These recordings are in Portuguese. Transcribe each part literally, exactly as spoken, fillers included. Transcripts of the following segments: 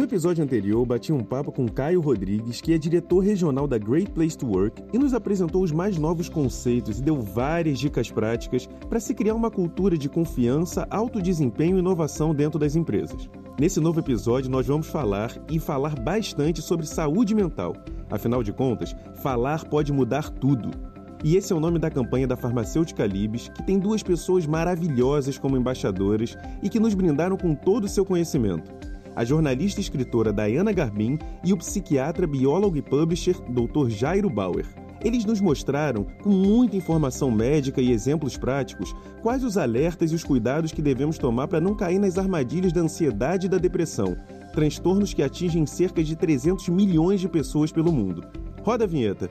No episódio anterior, bati um papo com Caio Rodrigues, que é diretor regional da Great Place to Work, e nos apresentou os mais novos conceitos e deu várias dicas práticas para se criar uma cultura de confiança, alto desempenho e inovação dentro das empresas. Nesse novo episódio, nós vamos falar e falar bastante sobre saúde mental. Afinal de contas, falar pode mudar tudo. E esse é o nome da campanha da farmacêutica Libes, que tem duas pessoas maravilhosas como embaixadoras e que nos brindaram com todo o seu conhecimento. A jornalista e escritora Dayana Garbin e o psiquiatra, biólogo e publisher doutor Jairo Bauer. Eles nos mostraram, com muita informação médica e exemplos práticos, quais os alertas e os cuidados que devemos tomar para não cair nas armadilhas da ansiedade e da depressão, transtornos que atingem cerca de trezentos milhões de pessoas pelo mundo. Roda a vinheta.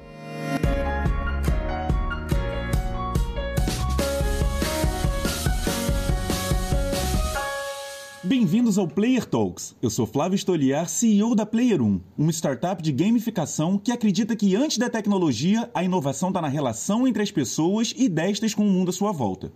Bem-vindos ao Player Talks. Eu sou Flávio Stoliar, C E O da Player um, uma startup de gamificação que acredita que antes da tecnologia, a inovação está na relação entre as pessoas e destas com o mundo à sua volta.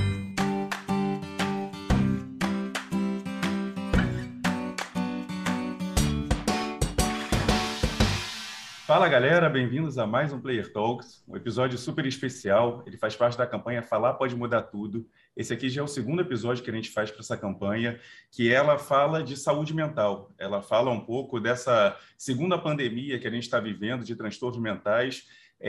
Fala galera, bem-vindos a mais um Player Talks, um episódio super especial. Ele faz parte da campanha Falar Pode Mudar Tudo. Esse aqui já é o segundo episódio que a gente faz para essa campanha, que ela fala de saúde mental. Ela fala um pouco dessa segunda pandemia que a gente está vivendo de transtornos mentais,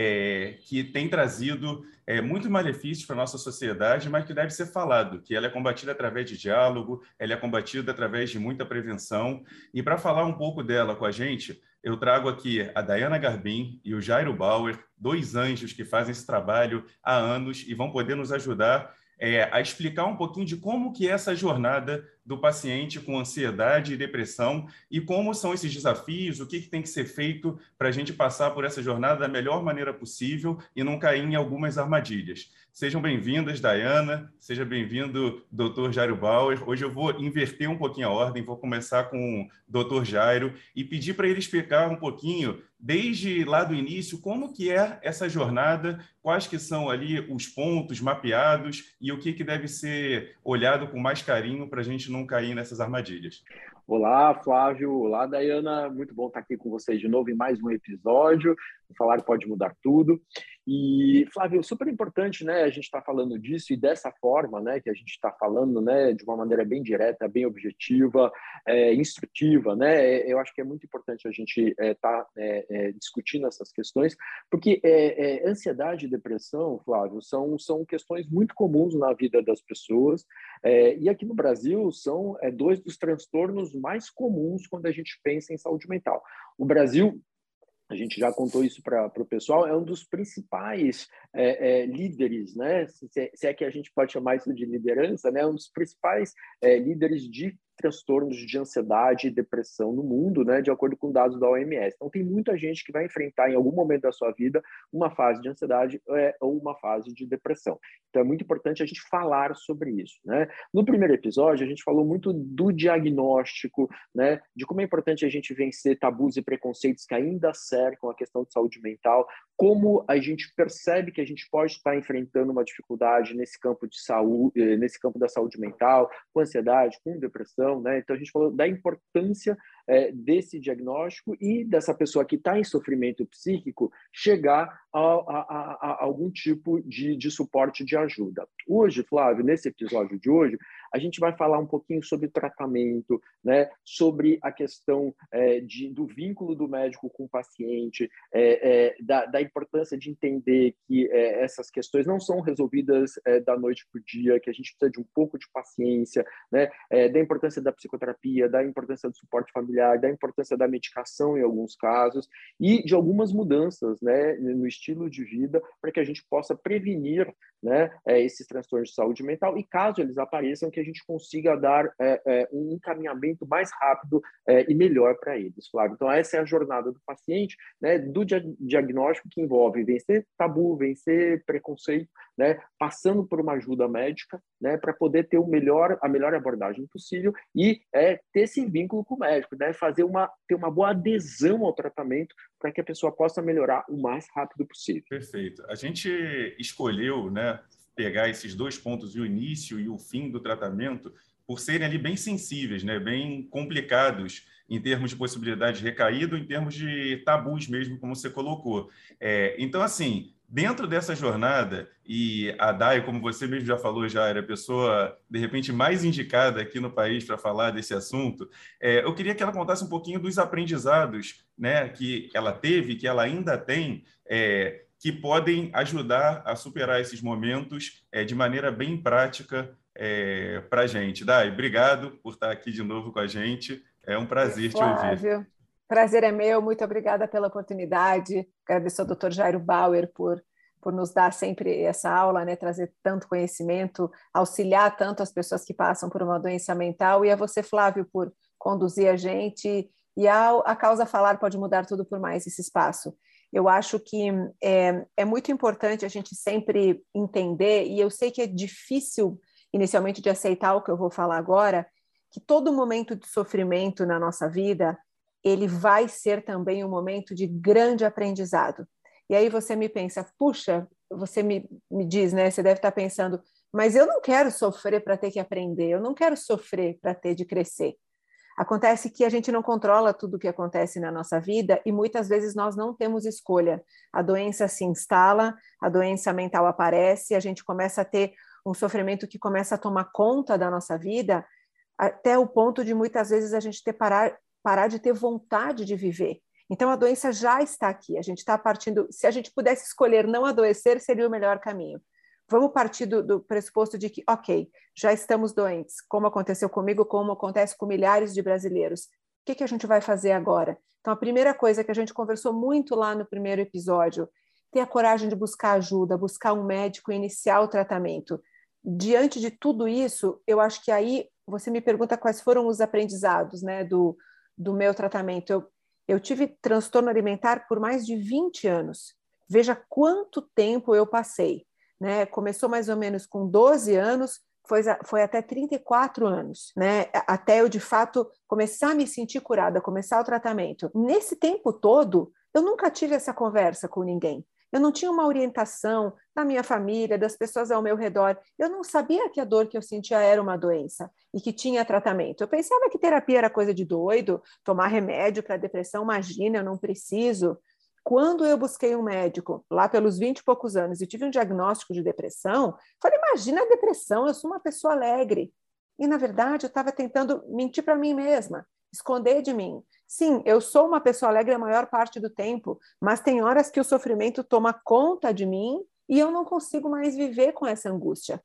é, que tem trazido é, muitos malefícios para a nossa sociedade, mas que deve ser falado, que ela é combatida através de diálogo, ela é combatida através de muita prevenção. E para falar um pouco dela com a gente, eu trago aqui a Dayana Garbin e o Jairo Bauer, dois anjos que fazem esse trabalho há anos e vão poder nos ajudar é, a explicar um pouquinho de como que é essa jornada do paciente com ansiedade e depressão e como são esses desafios, o que, que tem que ser feito para a gente passar por essa jornada da melhor maneira possível e não cair em algumas armadilhas. Sejam bem-vindas, Dayana, seja bem-vindo, doutor Jairo Bauer. Hoje eu vou inverter um pouquinho a ordem, vou começar com o doutor Jairo e pedir para ele explicar um pouquinho, desde lá do início, como que é essa jornada, quais que são ali os pontos mapeados e o que, que deve ser olhado com mais carinho para a gente não cair nessas armadilhas. Olá, Flávio. Olá, Dayana. Muito bom estar aqui com vocês de novo em mais um episódio. O Falar Pode Mudar Tudo. E, Flávio, super importante, né, a gente está falando disso e dessa forma, né, que a gente está falando, né, de uma maneira bem direta, bem objetiva, é, instrutiva, né. Eu acho que é muito importante a gente estar é, tá, é, é, discutindo essas questões, porque é, é, ansiedade e depressão, Flávio, são, são questões muito comuns na vida das pessoas. É, e aqui no Brasil são é, dois dos transtornos mais comuns quando a gente pensa em saúde mental. O Brasil, a gente já contou isso para o pessoal, é um dos principais é, é, líderes, né? Se, se é que a gente pode chamar isso de liderança, né? Um dos principais é, líderes de transtornos de ansiedade e depressão no mundo, né, de acordo com dados da O M S. Então, tem muita gente que vai enfrentar em algum momento da sua vida uma fase de ansiedade é, ou uma fase de depressão. Então, é muito importante a gente falar sobre isso, né? No primeiro episódio, a gente falou muito do diagnóstico, né, de como é importante a gente vencer tabus e preconceitos que ainda cercam a questão de saúde mental, como a gente percebe que a gente pode estar enfrentando uma dificuldade nesse campo de saúde, nesse campo da saúde mental, com ansiedade, com depressão, né? Então, a gente falou da importância é, desse diagnóstico e dessa pessoa que está em sofrimento psíquico chegar a, a, a, a algum tipo de, de suporte, de ajuda. Hoje, Flávio, nesse episódio de hoje, a gente vai falar um pouquinho sobre tratamento, né? Sobre a questão é, de, do vínculo do médico com o paciente, é, é, da, da importância de entender que é, essas questões não são resolvidas é, da noite para o dia, que a gente precisa de um pouco de paciência, né? É, da importância da psicoterapia, da importância do suporte familiar, da importância da medicação em alguns casos e de algumas mudanças, né, no estilo de vida para que a gente possa prevenir, né, esses transtornos de saúde mental e, caso eles apareçam, que a gente consiga dar é, é, um encaminhamento mais rápido é, e melhor para eles, Flávio. Então, essa é a jornada do paciente, né, do dia diagnóstico que envolve vencer tabu, vencer preconceito, né, passando por uma ajuda médica, né, para poder ter o melhor, a melhor abordagem possível e é, ter esse vínculo com o médico, né, fazer uma, ter uma boa adesão ao tratamento para que a pessoa possa melhorar o mais rápido possível. Perfeito. A gente escolheu, né, pegar esses dois pontos, o início e o fim do tratamento, por serem ali bem sensíveis, né? Bem complicados em termos de possibilidade de recaída, em termos de tabus mesmo, como você colocou. É, então, assim, dentro dessa jornada, e a Day, como você mesmo já falou, já era a pessoa, de repente, mais indicada aqui no país para falar desse assunto, é, eu queria que ela contasse um pouquinho dos aprendizados, né, que ela teve, que ela ainda tem, é, que podem ajudar a superar esses momentos é, de maneira bem prática é, para a gente. Day, obrigado por estar aqui de novo com a gente. É um Oi, prazer te ouvir. Flávio. Prazer é meu, muito obrigada pela oportunidade. Agradeço ao doutor Jairo Bauer por, por nos dar sempre essa aula, né, trazer tanto conhecimento, auxiliar tanto as pessoas que passam por uma doença mental, e a você, Flávio, por conduzir a gente, e a, a Causa Falar Pode Mudar Tudo por Mais esse espaço. Eu acho que é, é muito importante a gente sempre entender, e eu sei que é difícil inicialmente de aceitar o que eu vou falar agora, que todo momento de sofrimento na nossa vida, ele vai ser também um momento de grande aprendizado. E aí você me pensa, puxa, você me, me diz, né? Você deve estar pensando, mas eu não quero sofrer para ter que aprender, eu não quero sofrer para ter de crescer. Acontece que a gente não controla tudo o que acontece na nossa vida e muitas vezes nós não temos escolha. A doença se instala, a doença mental aparece, a gente começa a ter um sofrimento que começa a tomar conta da nossa vida, até o ponto de muitas vezes a gente ter parar, parar de ter vontade de viver. Então a doença já está aqui, a gente está partindo, se a gente pudesse escolher não adoecer, seria o melhor caminho. Vamos partir do, do pressuposto de que, ok, já estamos doentes, como aconteceu comigo, como acontece com milhares de brasileiros. O que, que a gente vai fazer agora? Então a primeira coisa que a gente conversou muito lá no primeiro episódio, ter a coragem de buscar ajuda, buscar um médico e iniciar o tratamento. Diante de tudo isso, eu acho que aí você me pergunta quais foram os aprendizados, né, do, do meu tratamento. Eu, eu tive transtorno alimentar por mais de vinte anos. Veja quanto tempo eu passei. Né? Começou mais ou menos com doze anos, foi, foi até trinta e quatro anos, né? Até eu, de fato, começar a me sentir curada, começar o tratamento. Nesse tempo todo, eu nunca tive essa conversa com ninguém. Eu não tinha uma orientação da minha família, das pessoas ao meu redor. Eu não sabia que a dor que eu sentia era uma doença e que tinha tratamento. Eu pensava que terapia era coisa de doido, tomar remédio para depressão, imagina, eu não preciso. Quando eu busquei um médico, lá pelos vinte e poucos anos, e tive um diagnóstico de depressão, falei, imagina a depressão, eu sou uma pessoa alegre. E, na verdade, eu estava tentando mentir para mim mesma, esconder de mim. Sim, eu sou uma pessoa alegre a maior parte do tempo, mas tem horas que o sofrimento toma conta de mim e eu não consigo mais viver com essa angústia.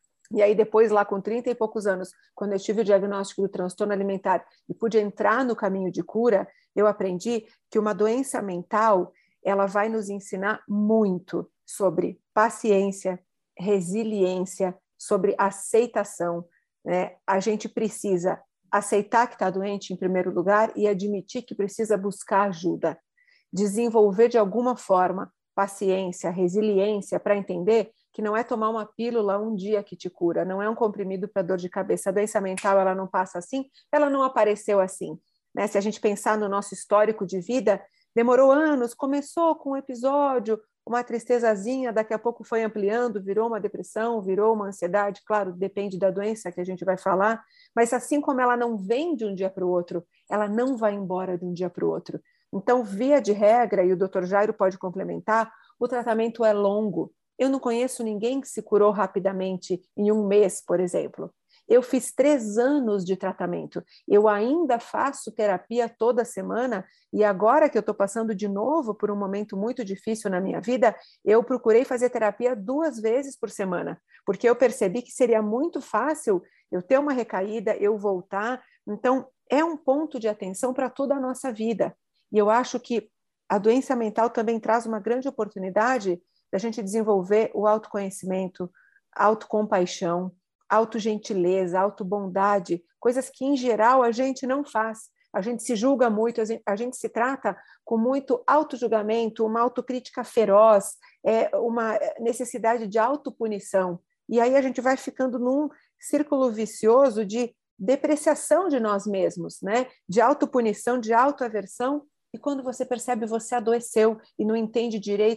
E aí depois, lá com trinta e poucos anos, quando eu tive o diagnóstico do transtorno alimentar e pude entrar no caminho de cura, eu aprendi que uma doença mental, ela vai nos ensinar muito sobre paciência, resiliência, sobre aceitação, né? A gente precisa aceitar que está doente, em primeiro lugar, e admitir que precisa buscar ajuda. Desenvolver, de alguma forma, paciência, resiliência, para entender que não é tomar uma pílula um dia que te cura, não é um comprimido para dor de cabeça. A doença mental, ela não passa assim, ela não apareceu assim. Né? Se a gente pensar no nosso histórico de vida, demorou anos, começou com um episódio, uma tristezazinha, daqui a pouco foi ampliando, virou uma depressão, virou uma ansiedade, claro, depende da doença que a gente vai falar, mas assim como ela não vem de um dia para o outro, ela não vai embora de um dia para o outro. Então, via de regra, e o doutor Jairo pode complementar, o tratamento é longo. Eu não conheço ninguém que se curou rapidamente em um mês, por exemplo. Eu fiz três anos de tratamento. Eu ainda faço terapia toda semana e agora que eu estou passando de novo por um momento muito difícil na minha vida, eu procurei fazer terapia duas vezes por semana, porque eu percebi que seria muito fácil eu ter uma recaída, eu voltar. Então, é um ponto de atenção para toda a nossa vida. E eu acho que a doença mental também traz uma grande oportunidade da gente desenvolver o autoconhecimento, autocompaixão, autogentileza, autobondade, coisas que, em geral, a gente não faz. A gente se julga muito, a gente se trata com muito autojulgamento, uma autocrítica feroz, é, uma necessidade de autopunição. E aí a gente vai ficando num círculo vicioso de depreciação de nós mesmos, né? De autopunição, de autoaversão, e quando você percebe, você adoeceu e não entende direito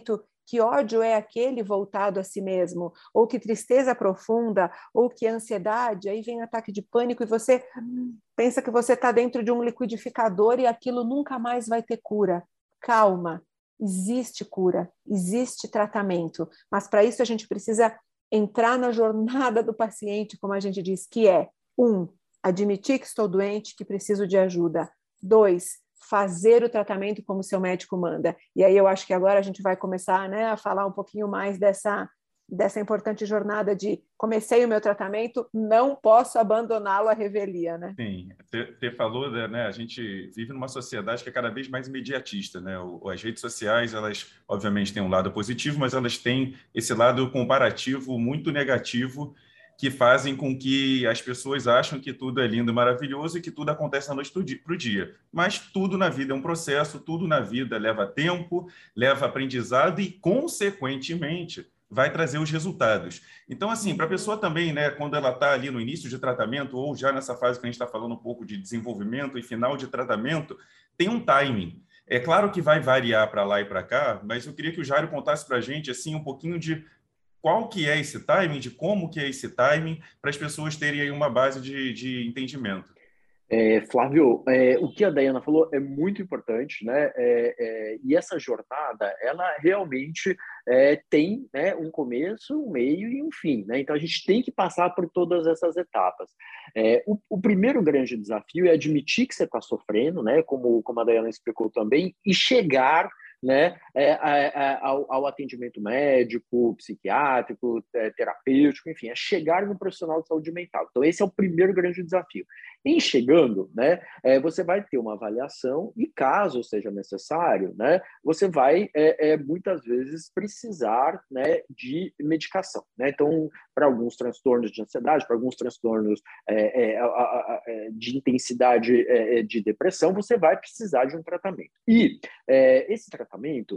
Que ódio é aquele voltado a si mesmo? Ou que tristeza profunda? Ou que ansiedade? Aí vem ataque de pânico e você pensa que você está dentro de um liquidificador e aquilo nunca mais vai ter cura. Calma, existe cura, existe tratamento, mas para isso a gente precisa entrar na jornada do paciente, como a gente diz, que é, um, admitir que estou doente, que preciso de ajuda. Dois, fazer o tratamento como seu médico manda. E aí eu acho que agora a gente vai começar, né, a falar um pouquinho mais dessa, dessa importante jornada de comecei o meu tratamento, não posso abandoná-lo à revelia, né? Sim, você falou, né, a gente vive numa sociedade que é cada vez mais imediatista, né? As redes sociais, elas obviamente têm um lado positivo, mas elas têm esse lado comparativo muito negativo, que fazem com que as pessoas acham que tudo é lindo e maravilhoso e que tudo acontece da noite para o dia. Mas tudo na vida é um processo, tudo na vida leva tempo, leva aprendizado e, consequentemente, vai trazer os resultados. Então, assim, para a pessoa também, né, quando ela está ali no início de tratamento ou já nessa fase que a gente está falando um pouco de desenvolvimento e final de tratamento, tem um timing. É claro que vai variar para lá e para cá, mas eu queria que o Jairo contasse para a gente assim, um pouquinho de qual que é esse timing, de como que é esse timing, para as pessoas terem aí uma base de, de entendimento. É, Flávio, é, o que a Dayana falou é muito importante, né? É, é, e essa jornada, ela realmente é, tem, né, um começo, um meio e um fim, né? Então a gente tem que passar por todas essas etapas. É, o, o primeiro grande desafio é admitir que você está sofrendo, né? Como, como a Dayana explicou também, e chegar, né, é, é, ao, ao atendimento médico, psiquiátrico, é, terapêutico, enfim, é chegar no profissional de saúde mental. Então, esse é o primeiro grande desafio. Em chegando, né, é, você vai ter uma avaliação e, caso seja necessário, né, você vai, é, é, muitas vezes, precisar, né, de medicação. Né? Então, para alguns transtornos de ansiedade, para alguns transtornos é, é, a, a, a, de intensidade é, de depressão, você vai precisar de um tratamento. E é, esse tratamento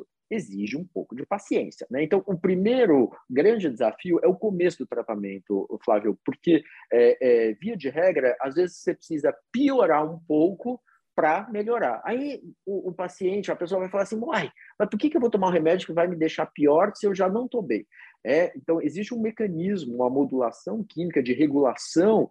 exige um pouco de paciência, né? Então, o primeiro grande desafio é o começo do tratamento, Flávio, porque, é, é, via de regra, às vezes você precisa piorar um pouco para melhorar. Aí o, o paciente, a pessoa vai falar assim, uai, mas por que, que eu vou tomar um remédio que vai me deixar pior se eu já não estou bem? É, então, existe um mecanismo, uma modulação química de regulação,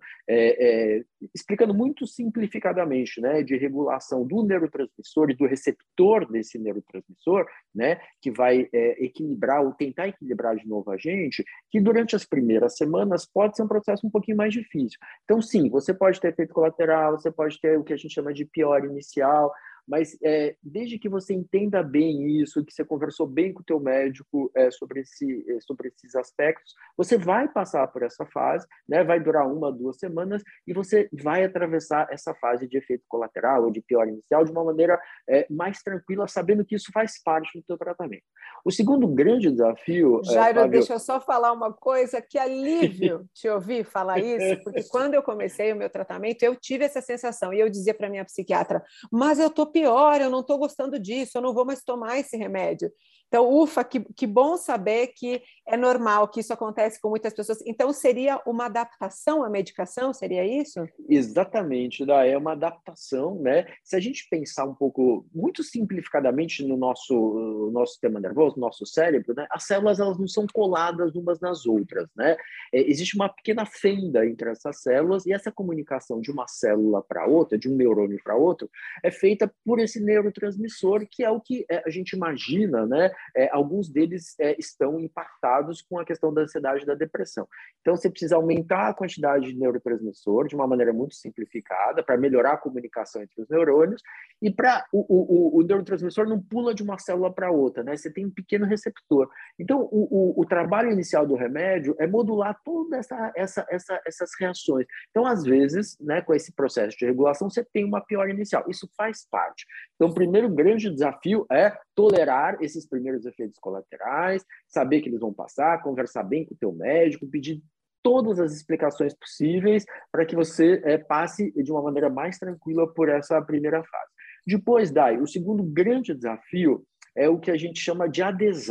é, é, explicando muito simplificadamente, né, de regulação do neurotransmissor e do receptor desse neurotransmissor, né, que vai é, equilibrar ou tentar equilibrar de novo a gente, que durante as primeiras semanas pode ser um processo um pouquinho mais difícil. Então, sim, você pode ter efeito colateral, você pode ter o que a gente chama de pior inicial, mas é, desde que você entenda bem isso, que você conversou bem com o teu médico é, sobre, esse, sobre esses aspectos, você vai passar por essa fase, né? Vai durar uma, duas semanas, e você vai atravessar essa fase de efeito colateral ou de pior inicial de uma maneira é, mais tranquila, sabendo que isso faz parte do teu tratamento. O segundo grande desafio... Jairo, é, Flávio... deixa eu só falar uma coisa, que alívio te ouvir falar isso, porque quando eu comecei o meu tratamento, eu tive essa sensação, e eu dizia para minha psiquiatra, mas eu estou pior, eu não estou gostando disso, eu não vou mais tomar esse remédio. Então, ufa, que, que bom saber que é normal, que isso acontece com muitas pessoas. Então, seria uma adaptação à medicação? Seria isso? Exatamente, Dá, é uma adaptação, né? Se a gente pensar um pouco, muito simplificadamente no nosso, no nosso sistema nervoso, no nosso cérebro, né? As células elas não são coladas umas nas outras, né? É, existe uma pequena fenda entre essas células e essa comunicação de uma célula para outra, de um neurônio para outro, é feita por esse neurotransmissor, que é o que a gente imagina, né? É, alguns deles é, estão impactados com a questão da ansiedade e da depressão. Então, você precisa aumentar a quantidade de neurotransmissor de uma maneira muito simplificada para melhorar a comunicação entre os neurônios e para o, o, o neurotransmissor não pula de uma célula para outra, né? Você tem um pequeno receptor. Então, o, o, o trabalho inicial do remédio é modular todas essa, essa, essa, essas reações. Então, às vezes, né, com esse processo de regulação, você tem uma pior inicial. Isso faz parte. Então, o primeiro grande desafio é tolerar esses primeiros efeitos colaterais, saber que eles vão passar, conversar bem com o teu médico, pedir todas as explicações possíveis para que você é, passe de uma maneira mais tranquila por essa primeira fase. Depois, Dai, o segundo grande desafio é o que a gente chama de adesão.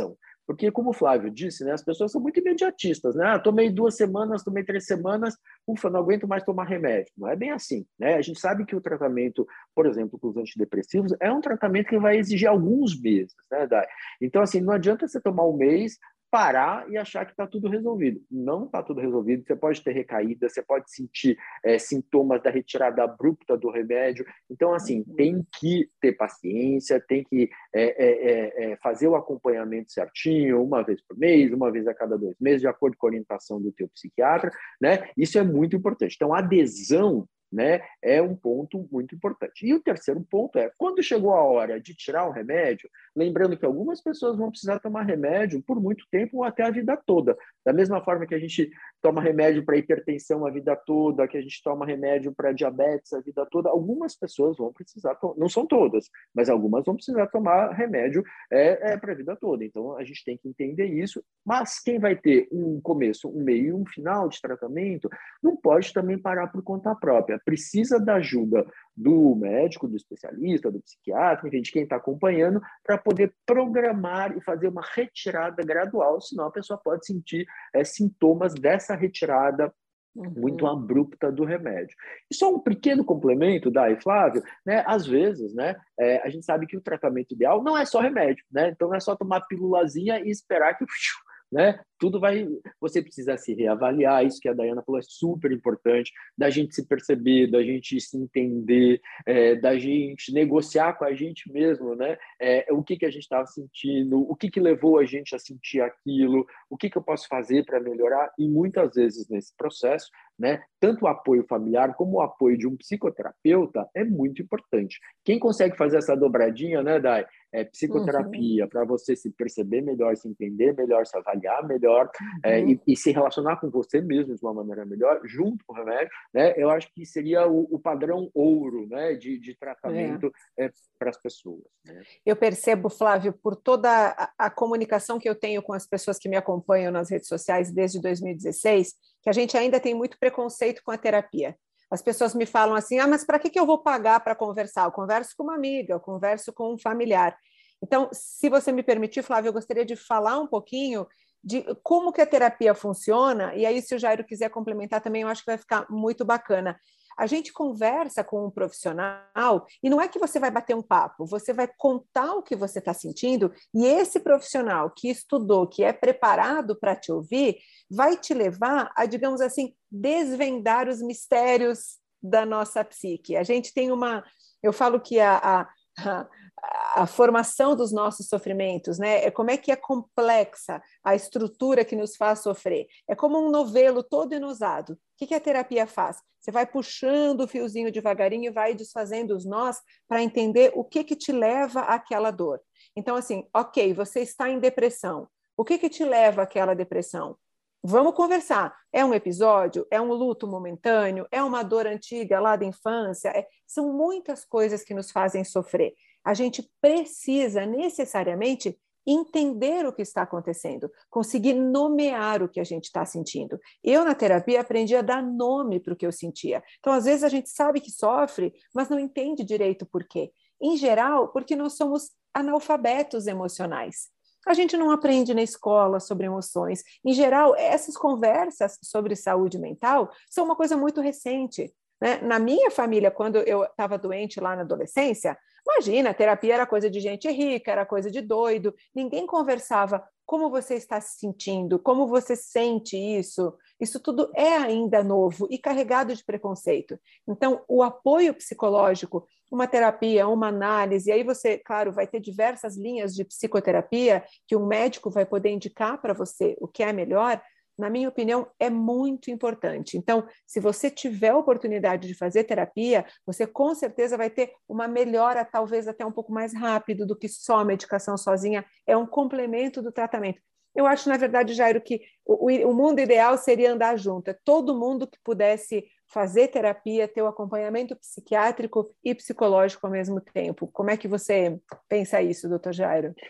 Porque, como o Flávio disse, né, as pessoas são muito imediatistas, né? Ah, tomei duas semanas, tomei três semanas, ufa, não aguento mais tomar remédio. Não é bem assim, né? A gente sabe que o tratamento, por exemplo, com os antidepressivos, é um tratamento que vai exigir alguns meses, né, Dai? Então, assim, não adianta você tomar um mês, parar e achar que está tudo resolvido. Não está tudo resolvido, você pode ter recaída, você pode sentir é, sintomas da retirada abrupta do remédio. Então, assim, tem que ter paciência, tem que é, é, é, fazer o acompanhamento certinho, uma vez por mês, uma vez a cada dois meses, de acordo com a orientação do teu psiquiatra, né? Isso é muito importante. Então, a adesão, né, é um ponto muito importante. E o terceiro ponto é, quando chegou a hora de tirar o remédio, lembrando que algumas pessoas vão precisar tomar remédio por muito tempo ou até a vida toda. Da mesma forma que a gente toma remédio para hipertensão a vida toda, que a gente toma remédio para diabetes a vida toda, algumas pessoas vão precisar, não são todas, mas algumas vão precisar tomar remédio é, é, para a vida toda. Então, a gente tem que entender isso. Mas quem vai ter um começo, um meio e um final de tratamento, não pode também parar por conta própria. Precisa da ajuda do médico, do especialista, do psiquiatra, enfim, de quem está acompanhando, para poder programar e fazer uma retirada gradual, senão a pessoa pode sentir é, sintomas dessa retirada muito abrupta do remédio. E só um pequeno complemento, Dai, Flávio, né? Às vezes, né, é, a gente sabe que o tratamento ideal não é só remédio, né? Então não é só tomar pílulazinha e esperar que né? Tudo vai... Você precisa se reavaliar, isso que a Daiana falou é super importante, da gente se perceber, da gente se entender, é, da gente negociar com a gente mesmo, né? É, o que, que a gente estava sentindo, o que, que levou a gente a sentir aquilo, o que, que eu posso fazer para melhorar, e muitas vezes nesse processo, né, tanto o apoio familiar como o apoio de um psicoterapeuta é muito importante. Quem consegue fazer essa dobradinha, né, Dai? É, psicoterapia, uhum. para você se perceber melhor, se entender melhor, se avaliar melhor, uhum. é, e, e se relacionar com você mesmo de uma maneira melhor, junto com o remédio, né? Eu acho que seria o, o padrão ouro, né, de, de tratamento é. É, para as pessoas. Né? Eu percebo, Flávio, por toda a, a comunicação que eu tenho com as pessoas que me acompanham nas redes sociais desde dois mil e dezesseis, que a gente ainda tem muito preconceito com a terapia. As pessoas me falam assim, ah, mas para que, que eu vou pagar para conversar? Eu converso com uma amiga, eu converso com um familiar. Então, se você me permitir, Flávio, eu gostaria de falar um pouquinho de como que a terapia funciona, e aí se o Jairo quiser complementar também, eu acho que vai ficar muito bacana. A gente conversa com um profissional e não é que você vai bater um papo, você vai contar o que você está sentindo e esse profissional que estudou, que é preparado para te ouvir, vai te levar a, digamos assim, desvendar os mistérios da nossa psique. A gente tem uma... Eu falo que a... a A, a formação dos nossos sofrimentos, né? É como é que é complexa a estrutura que nos faz sofrer. É como um novelo todo inusado. O que, que a terapia faz? Você vai puxando o fiozinho devagarinho e vai desfazendo os nós para entender o que, que te leva àquela dor. Então, assim, ok, você está em depressão. O que, que te leva àquela depressão? Vamos conversar. É um episódio? É um luto momentâneo? É uma dor antiga lá da infância? É... São muitas coisas que nos fazem sofrer. A gente precisa necessariamente entender o que está acontecendo, conseguir nomear o que a gente está sentindo. Eu, na terapia, aprendi a dar nome para o que eu sentia. Então, às vezes, a gente sabe que sofre, mas não entende direito por quê. Em geral, porque nós somos analfabetos emocionais. A gente não aprende na escola sobre emoções. Em geral, essas conversas sobre saúde mental são uma coisa muito recente. Né? Na minha família, quando eu estava doente lá na adolescência, imagina, a terapia era coisa de gente rica, era coisa de doido. Ninguém conversava como você está se sentindo, como você sente isso. Isso tudo é ainda novo e carregado de preconceito. Então, o apoio psicológico, uma terapia, uma análise, e aí você, claro, vai ter diversas linhas de psicoterapia que um médico vai poder indicar para você o que é melhor, na minha opinião, é muito importante. Então, se você tiver a oportunidade de fazer terapia, você com certeza vai ter uma melhora, talvez até um pouco mais rápido do que só a medicação sozinha, é um complemento do tratamento. Eu acho, na verdade, Jairo, que o, o mundo ideal seria andar junto, é todo mundo que pudesse fazer terapia, ter o acompanhamento psiquiátrico e psicológico ao mesmo tempo. Como é que você pensa isso, doutor Jairo?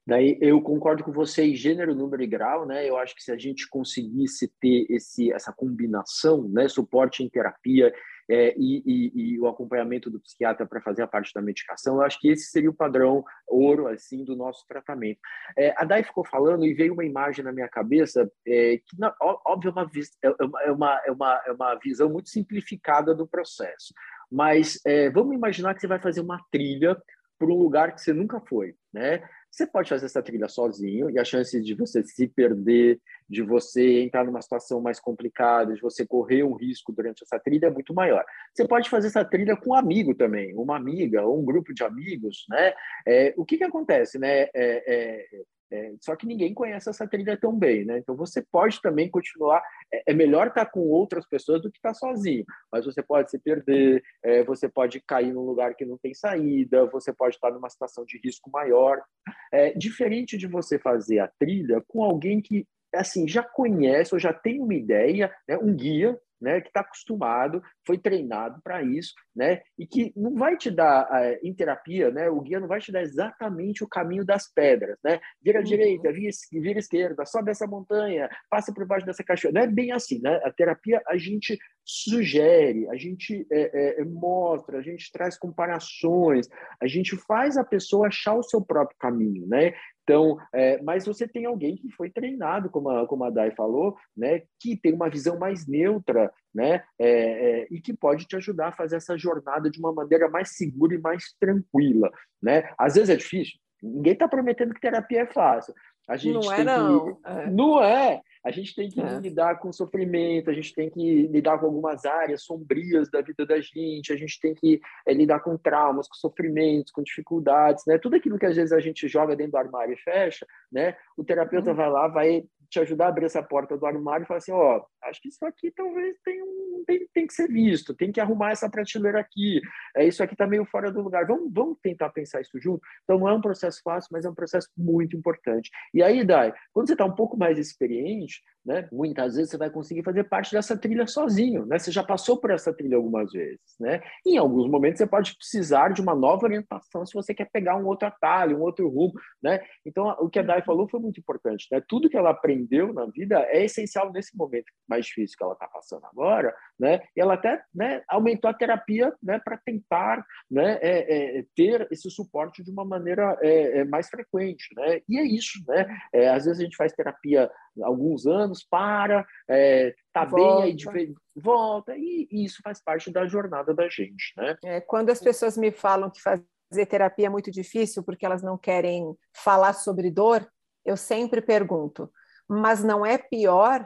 Daí eu concordo com você em gênero, número e grau, né? Eu acho que se a gente conseguisse ter esse, essa combinação, né? Suporte em terapia é, e, e, e o acompanhamento do psiquiatra para fazer a parte da medicação, eu acho que esse seria o padrão ouro, assim, do nosso tratamento. É, a Day ficou falando e veio uma imagem na minha cabeça é, que, na, óbvio, é uma, é, uma, é, uma, é uma visão muito simplificada do processo. Mas é, vamos imaginar que você vai fazer uma trilha por um lugar que você nunca foi, né? Você pode fazer essa trilha sozinho e a chance de você se perder, de você entrar numa situação mais complicada, de você correr um risco durante essa trilha é muito maior. Você pode fazer essa trilha com um amigo também, uma amiga ou um grupo de amigos, né? É, o que que acontece, né? É, é, é, só que ninguém conhece essa trilha tão bem, né? Então você pode também continuar. É, é melhor estar com outras pessoas do que estar sozinho, mas você pode se perder, é, você pode cair num lugar que não tem saída, você pode estar numa situação de risco maior. É diferente de você fazer a trilha com alguém que assim já conhece ou já tem uma ideia, né? Um guia, né, que está acostumado, foi treinado para isso, né, e que não vai te dar, uh, em terapia, né, o guia não vai te dar exatamente o caminho das pedras, né, vira à uhum. direita, vira, vira à esquerda, sobe essa montanha, passa por baixo dessa cachoeira, não é bem assim, né, a terapia a gente sugere, a gente é, é, mostra, a gente traz comparações, a gente faz a pessoa achar o seu próprio caminho, né. Então, é, mas você tem alguém que foi treinado, como a, como a Day falou, né, que tem uma visão mais neutra, né, é, é, e que pode te ajudar a fazer essa jornada de uma maneira mais segura e mais tranquila, né? Às vezes é difícil, ninguém está prometendo que terapia é fácil. A gente não é, tem não. que... É. Não é. A gente tem que é. lidar com sofrimento, a gente tem que lidar com algumas áreas sombrias da vida da gente, a gente tem que é, lidar com traumas, com sofrimentos, com dificuldades, né? Tudo aquilo que às vezes a gente joga dentro do armário e fecha, né? O terapeuta hum. vai lá, vai te ajudar a abrir essa porta do armário e falar assim, ó, oh, acho que isso aqui talvez tenha um, tem, tem que ser visto, tem que arrumar essa prateleira aqui, é, isso aqui está meio fora do lugar, vamos, vamos tentar pensar isso junto? Então não é um processo fácil, mas é um processo muito importante. E aí, Day, quando você está um pouco mais experiente, né, muitas vezes você vai conseguir fazer parte dessa trilha sozinho, né? Você já passou por essa trilha algumas vezes, né? E em alguns momentos você pode precisar de uma nova orientação se você quer pegar um outro atalho, um outro rumo, né? Então, o que a Day falou foi muito importante, né? Tudo que ela aprendeu na vida é essencial nesse momento mais difícil que ela está passando agora, né? E ela até, né, aumentou a terapia, né, para tentar, né, é, é, ter esse suporte de uma maneira é, é, mais frequente, né? E é isso, né? É, às vezes a gente faz terapia há alguns anos, para, é, tá bem, aí de vez, volta, e, e isso faz parte da jornada da gente, né? É, quando as pessoas me falam que fazer terapia é muito difícil porque elas não querem falar sobre dor, eu sempre pergunto, mas não é pior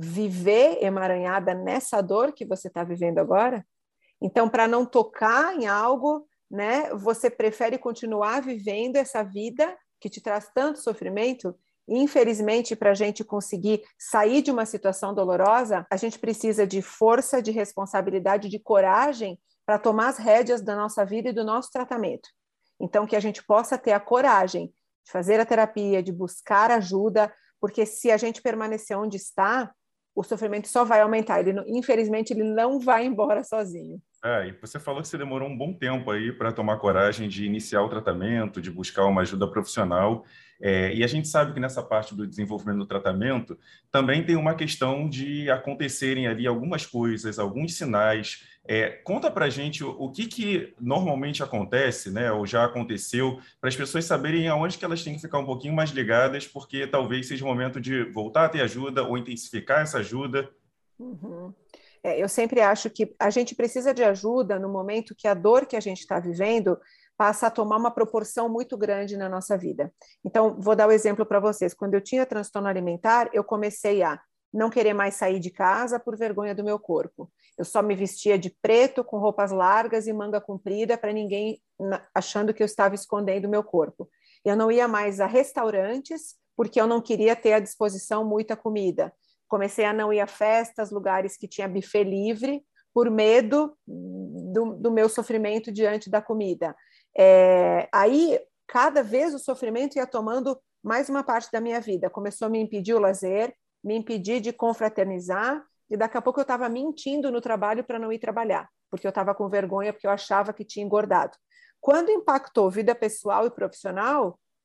viver emaranhada nessa dor que você está vivendo agora? Então, para não tocar em algo, né, você prefere continuar vivendo essa vida que te traz tanto sofrimento? Infelizmente, para a gente conseguir sair de uma situação dolorosa, a gente precisa de força, de responsabilidade, de coragem para tomar as rédeas da nossa vida e do nosso tratamento. Então, que a gente possa ter a coragem de fazer a terapia, de buscar ajuda, porque se a gente permanecer onde está, o sofrimento só vai aumentar. Ele, infelizmente, ele não vai embora sozinho. É, e você falou que você demorou um bom tempo aí para tomar coragem de iniciar o tratamento, de buscar uma ajuda profissional. É, e a gente sabe que nessa parte do desenvolvimento do tratamento também tem uma questão de acontecerem ali algumas coisas, alguns sinais. É, conta para a gente o, o que, que normalmente acontece, né, ou já aconteceu, para as pessoas saberem aonde que elas têm que ficar um pouquinho mais ligadas, porque talvez seja o momento de voltar a ter ajuda ou intensificar essa ajuda. Uhum. É, eu sempre acho que a gente precisa de ajuda no momento que a dor que a gente está vivendo passa a tomar uma proporção muito grande na nossa vida. Então, vou dar o um exemplo para vocês. Quando eu tinha transtorno alimentar, eu comecei a não querer mais sair de casa por vergonha do meu corpo. Eu só me vestia de preto, com roupas largas e manga comprida, para ninguém achando que eu estava escondendo o meu corpo. Eu não ia mais a restaurantes, porque eu não queria ter à disposição muita comida. Comecei a não ir a festas, lugares que tinha buffet livre, por medo do, do meu sofrimento diante da comida. É, aí, cada vez o sofrimento ia tomando mais uma parte da minha vida. Começou a me impedir o lazer, me impedir de confraternizar, e daqui a pouco eu estava mentindo no trabalho para não ir trabalhar, porque eu estava com vergonha, porque eu achava que tinha engordado. Quando impactou vida pessoal e profissional,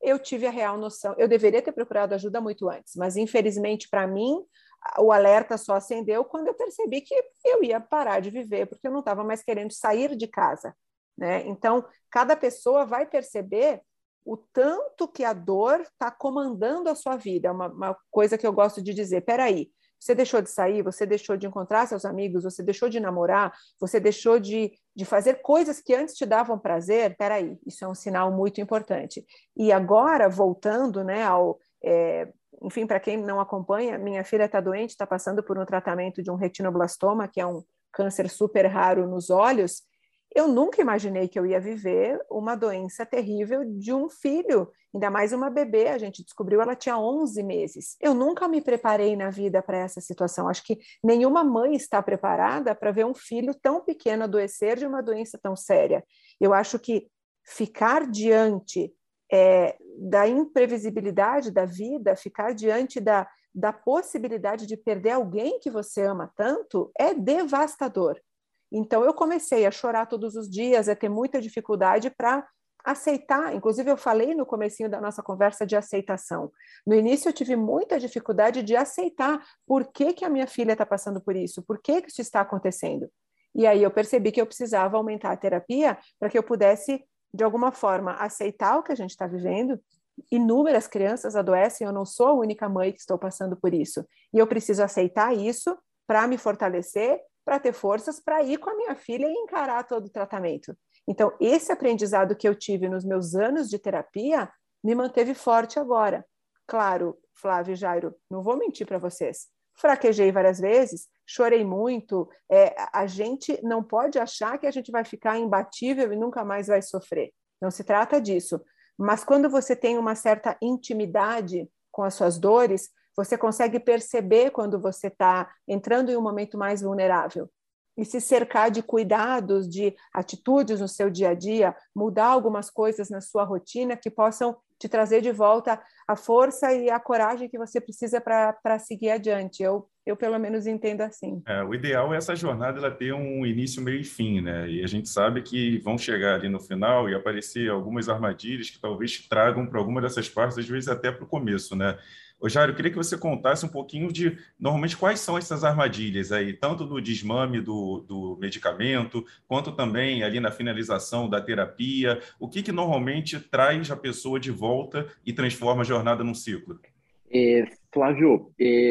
eu tive a real noção. Eu deveria ter procurado ajuda muito antes, mas infelizmente para mim o alerta só acendeu quando eu percebi que eu ia parar de viver, porque eu não estava mais querendo sair de casa, né? Então, cada pessoa vai perceber o tanto que a dor está comandando a sua vida. É uma, uma coisa que eu gosto de dizer, peraí, você deixou de sair, você deixou de encontrar seus amigos, você deixou de namorar, você deixou de, de fazer coisas que antes te davam prazer, peraí, isso é um sinal muito importante. E agora, voltando, né, ao... É, enfim, para quem não acompanha, minha filha está doente, está passando por um tratamento de um retinoblastoma, que é um câncer super raro nos olhos. Eu nunca imaginei que eu ia viver uma doença terrível de um filho, ainda mais uma bebê. A gente descobriu, ela tinha onze meses. Eu nunca me preparei na vida para essa situação. Acho que nenhuma mãe está preparada para ver um filho tão pequeno adoecer de uma doença tão séria. Eu acho que ficar diante é, da imprevisibilidade da vida, ficar diante da, da possibilidade de perder alguém que você ama tanto, é devastador. Então, eu comecei a chorar todos os dias, a ter muita dificuldade para aceitar. Inclusive, eu falei no comecinho da nossa conversa de aceitação. No início, eu tive muita dificuldade de aceitar por que, que a minha filha está passando por isso, por que, que isso está acontecendo. E aí eu percebi que eu precisava aumentar a terapia para que eu pudesse, de alguma forma, aceitar o que a gente está vivendo. Inúmeras crianças adoecem, eu não sou a única mãe que estou passando por isso. E eu preciso aceitar isso para me fortalecer, para ter forças para ir com a minha filha e encarar todo o tratamento. Então, esse aprendizado que eu tive nos meus anos de terapia me manteve forte agora. Claro, Flávio e Jairo, não vou mentir para vocês. Fraquejei várias vezes, chorei muito. É, a gente não pode achar que a gente vai ficar imbatível e nunca mais vai sofrer. Não se trata disso. Mas quando você tem uma certa intimidade com as suas dores, você consegue perceber quando você está entrando em um momento mais vulnerável e se cercar de cuidados, de atitudes no seu dia a dia, mudar algumas coisas na sua rotina que possam te trazer de volta a força e a coragem que você precisa para seguir adiante. Eu, eu, pelo menos, entendo assim. É, o ideal é essa jornada ela ter um início, meio e fim, né? E a gente sabe que vão chegar ali no final e aparecer algumas armadilhas que talvez te tragam para alguma dessas partes, às vezes até para o começo, né? Ô, Jairo, eu queria que você contasse um pouquinho de, normalmente, quais são essas armadilhas aí, tanto no desmame do, do medicamento, quanto também ali na finalização da terapia. O que, que normalmente traz a pessoa de volta e transforma a jornada num ciclo? É, Flávio,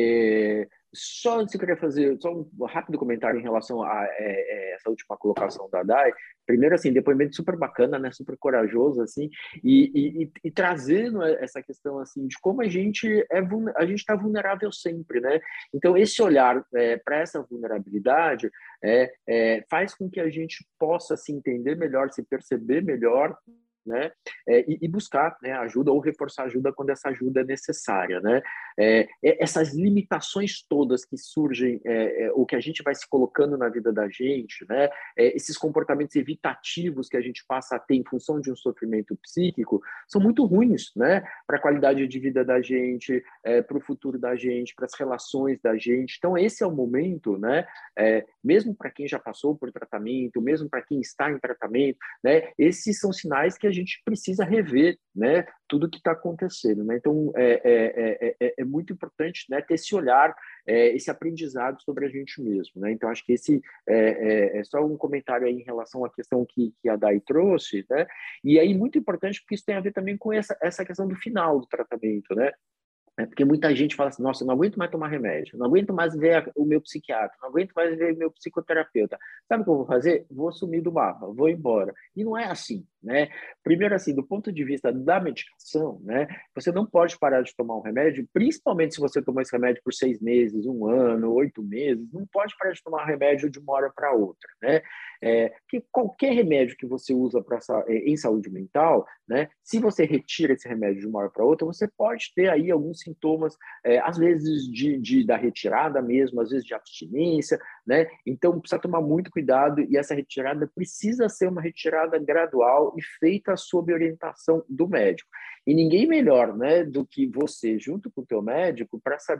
é, só antes eu queria fazer só um rápido comentário em relação a é, é, essa última colocação da Dai. Primeiro, assim, depoimento super bacana, né? Super corajoso, assim, e, e, e trazendo essa questão, assim, de como a gente é a gente está vulnerável sempre, né? Então, esse olhar é, para essa vulnerabilidade é, é, faz com que a gente possa se entender melhor, se perceber melhor, né? É, e, e buscar, né, ajuda ou reforçar ajuda quando essa ajuda é necessária, né? É, essas limitações todas que surgem, é, é, o que a gente vai se colocando na vida da gente, né? É, esses comportamentos evitativos que a gente passa a ter em função de um sofrimento psíquico são muito ruins, né? Para a qualidade de vida da gente, é, para o futuro da gente, para as relações da gente. Então, esse é o momento, né? É, mesmo para quem já passou por tratamento, mesmo para quem está em tratamento, né? Esses são sinais que a gente precisa rever, né, tudo que está acontecendo, né? Então é, é, é, é muito importante, né, ter esse olhar, é, esse aprendizado sobre a gente mesmo, né? Então acho que esse é, é, é só um comentário aí em relação à questão que, que a Dai trouxe, né? E aí muito importante porque isso tem a ver também com essa, essa questão do final do tratamento, né? É porque muita gente fala assim, nossa, eu não aguento mais tomar remédio, não aguento mais ver o meu psiquiatra, não aguento mais ver o meu psicoterapeuta. Sabe o que eu vou fazer? Vou sumir do mapa, vou embora. E não é assim, né? Primeiro, assim, do ponto de vista da medicação, né? Você não pode parar de tomar um remédio, principalmente se você tomou esse remédio por seis meses, um ano, oito meses, não pode parar de tomar remédio de uma hora para outra, né? É, que qualquer remédio que você usa pra, em saúde mental, né? Se você retira esse remédio de uma hora para outra, você pode ter aí alguns sintomas, é, às vezes de, de, da retirada mesmo, às vezes de abstinência, né? Então, precisa tomar muito cuidado e essa retirada precisa ser uma retirada gradual e feita sob orientação do médico. E ninguém melhor, né, do que você, junto com o teu médico, para saber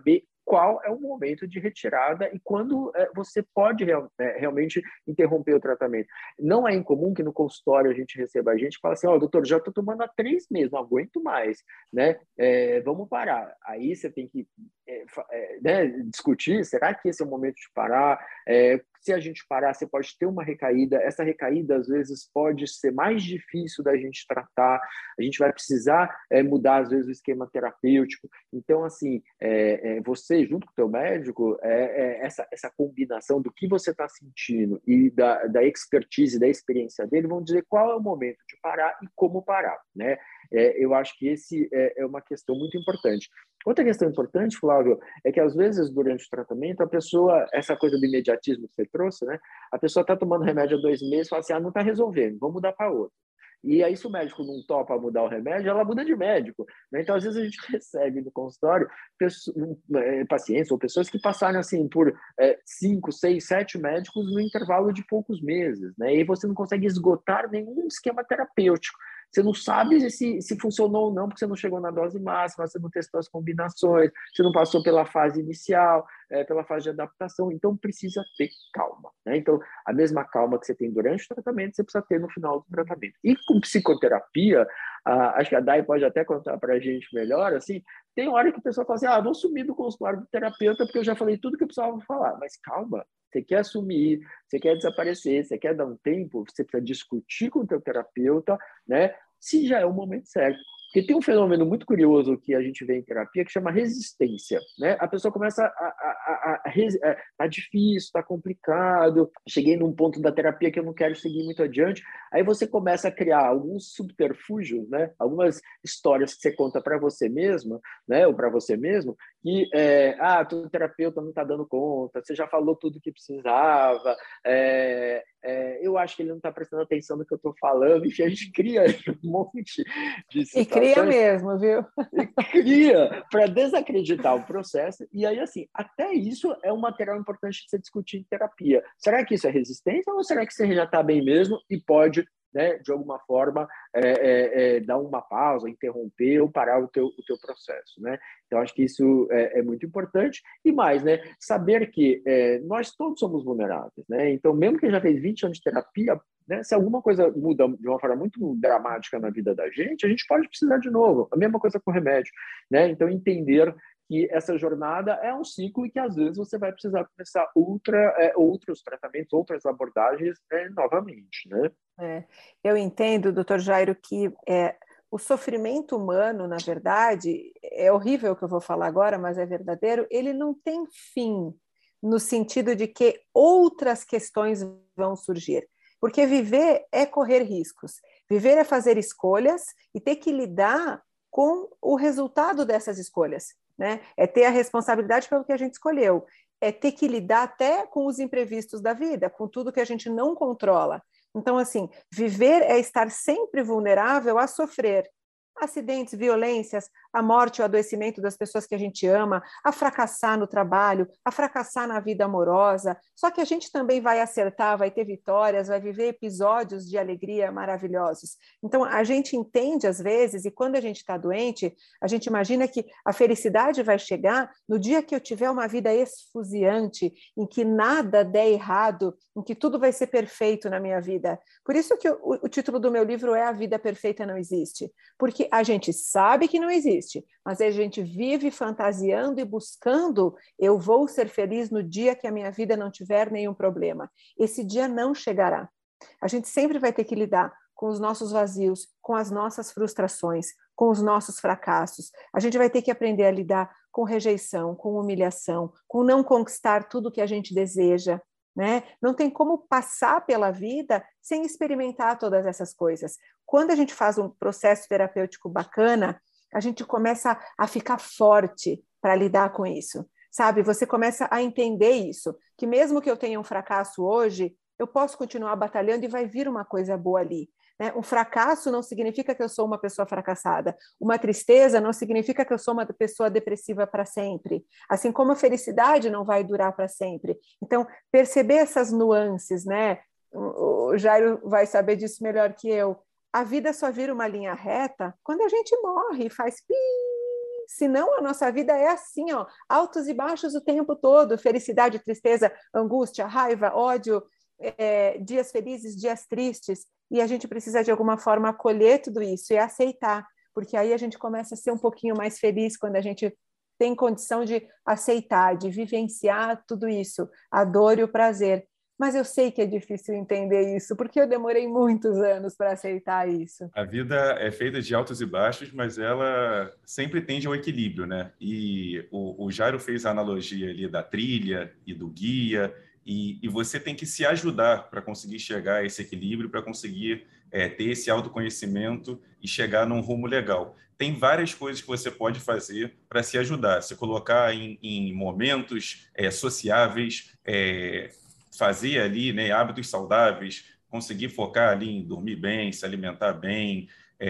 qual é o momento de retirada e quando é, você pode real, é, realmente interromper o tratamento. Não é incomum que no consultório a gente receba a gente e fala assim, ó, oh, doutor, já estou tomando há três meses, não aguento mais, né? É, vamos parar. Aí você tem que é, é, né, discutir, será que esse é o momento de parar? É, se a gente parar, você pode ter uma recaída. Essa recaída, às vezes, pode ser mais difícil da gente tratar. A gente vai precisar é, mudar, às vezes, o esquema terapêutico. Então, assim, é, é, você, junto com o teu médico, é, é, essa, essa combinação do que você está sentindo e da, da expertise, da experiência dele, vão dizer qual é o momento de parar e como parar, né? É, eu acho que esse é, é uma questão muito importante. Outra questão importante, Flávio, é que às vezes durante o tratamento a pessoa, essa coisa do imediatismo que você trouxe, né? A pessoa está tomando remédio há dois meses e fala assim, ah, não está resolvendo, vamos mudar para outro. E aí, se o médico não topa mudar o remédio, ela muda de médico, né? Então, às vezes a gente recebe no consultório pessoas, pacientes ou pessoas que passaram assim por é, cinco, seis, sete médicos no intervalo de poucos meses, né? E aí você não consegue esgotar nenhum esquema terapêutico. Você não sabe se, se funcionou ou não, porque você não chegou na dose máxima, você não testou as combinações, você não passou pela fase inicial, é, pela fase de adaptação. Então, precisa ter calma, né? Então, a mesma calma que você tem durante o tratamento, você precisa ter no final do tratamento. E com psicoterapia, ah, acho que a Dai pode até contar para a gente melhor, assim, tem hora que a pessoa fala assim, ah, vou sumir do consultório do terapeuta porque eu já falei tudo que eu precisava falar. Mas calma, você quer assumir, você quer desaparecer, você quer dar um tempo, você precisa discutir com o teu terapeuta, né? Se já é o momento certo. Porque tem um fenômeno muito curioso que a gente vê em terapia que chama resistência, né? A pessoa começa a... a, a, a, a tá difícil, tá complicado, cheguei num ponto da terapia que eu não quero seguir muito adiante. Aí você começa a criar alguns subterfúgios, né? Algumas histórias que você conta para você mesma, né? Ou para você mesmo, que, é, ah, teu terapeuta não tá dando conta, você já falou tudo que precisava, é, é, eu acho que ele não está prestando atenção no que eu estou falando, enfim, a gente cria um monte de situações. E cria mesmo, viu? E cria para desacreditar o processo. E aí, assim, até isso é um material importante de você discutir em terapia. Será que isso é resistência ou será que você já está bem mesmo e pode, né, de alguma forma, é, é, é, dar uma pausa, interromper ou parar o teu, o teu processo, né? Então, acho que isso é, é muito importante. E mais, né, saber que é, nós todos somos vulneráveis, né? Então, mesmo que já fez vinte anos de terapia, né, se alguma coisa muda de uma forma muito dramática na vida da gente, a gente pode precisar de novo. A mesma coisa com o remédio, né? Então, entender que essa jornada é um ciclo e que, às vezes, você vai precisar começar outra, é, outros tratamentos, outras abordagens é, novamente, né? É, eu entendo, doutor Jairo, que é, o sofrimento humano, na verdade, é horrível o que eu vou falar agora, mas é verdadeiro, ele não tem fim, no sentido de que outras questões vão surgir. Porque viver é correr riscos, viver é fazer escolhas e ter que lidar com o resultado dessas escolhas, né? É ter a responsabilidade pelo que a gente escolheu, é ter que lidar até com os imprevistos da vida, com tudo que a gente não controla. Então, assim, viver é estar sempre vulnerável a sofrer acidentes, violências, a morte, o adoecimento das pessoas que a gente ama, a fracassar no trabalho, a fracassar na vida amorosa. Só que a gente também vai acertar, vai ter vitórias, vai viver episódios de alegria maravilhosos. Então, a gente entende às vezes, e quando a gente está doente, a gente imagina que a felicidade vai chegar no dia que eu tiver uma vida esfuziante, em que nada der errado, em que tudo vai ser perfeito na minha vida. Por isso que o, o título do meu livro é A Vida Perfeita Não Existe. Porque a gente sabe que não existe, mas a gente vive fantasiando e buscando, eu vou ser feliz no dia que a minha vida não tiver nenhum problema. Esse dia não chegará. A gente sempre vai ter que lidar com os nossos vazios, com as nossas frustrações, com os nossos fracassos. A gente vai ter que aprender a lidar com rejeição, com humilhação, com não conquistar tudo que a gente deseja, né? Não tem como passar pela vida sem experimentar todas essas coisas. Quando a gente faz um processo terapêutico bacana, a gente começa a ficar forte para lidar com isso, sabe? Você começa a entender isso, que mesmo que eu tenha um fracasso hoje, eu posso continuar batalhando e vai vir uma coisa boa ali. Né? Um fracasso não significa que eu sou uma pessoa fracassada. Uma tristeza não significa que eu sou uma pessoa depressiva para sempre. Assim como a felicidade não vai durar para sempre. Então, perceber essas nuances, né? O Jairo vai saber disso melhor que eu. A vida só vira uma linha reta quando a gente morre e faz pi, Senão a nossa vida é assim, ó, altos e baixos o tempo todo, felicidade, tristeza, angústia, raiva, ódio, é, dias felizes, dias tristes, e a gente precisa de alguma forma acolher tudo isso e aceitar, porque aí a gente começa a ser um pouquinho mais feliz quando a gente tem condição de aceitar, de vivenciar tudo isso, a dor e o prazer. Mas eu sei que é difícil entender isso, porque eu demorei muitos anos para aceitar isso. A vida é feita de altos e baixos, mas ela sempre tende ao equilíbrio, né? E o, o Jairo fez a analogia ali da trilha e do guia, e, e você tem que se ajudar para conseguir chegar a esse equilíbrio, para conseguir é, ter esse autoconhecimento e chegar num rumo legal. Tem várias coisas que você pode fazer para se ajudar, se colocar em, em momentos é, sociáveis, é, fazer ali, né, hábitos saudáveis, conseguir focar ali em dormir bem, se alimentar bem,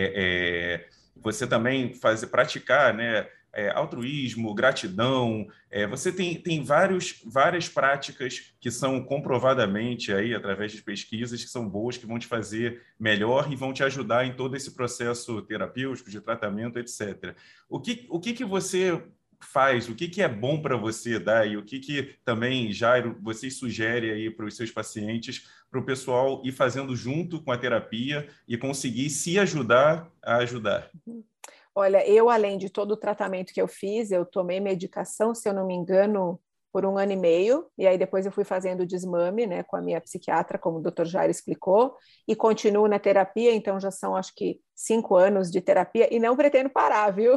é, é, você também fazer, praticar, né, é, altruísmo, gratidão. É, você tem, tem vários, várias práticas que são comprovadamente, aí, através de pesquisas, que são boas, que vão te fazer melhor e vão te ajudar em todo esse processo terapêutico, de tratamento, etcétera. O que, o que, que você faz, o que, que é bom para você, Dai, o que, que também, Jairo, você sugere aí para os seus pacientes, para o pessoal ir fazendo junto com a terapia e conseguir se ajudar a ajudar? Olha, eu, além de todo o tratamento que eu fiz, eu tomei medicação, se eu não me engano, por um ano e meio, e aí depois eu fui fazendo desmame, né, com a minha psiquiatra, como o doutor Jairo explicou, e continuo na terapia, então já são, acho que, cinco anos de terapia, e não pretendo parar, viu?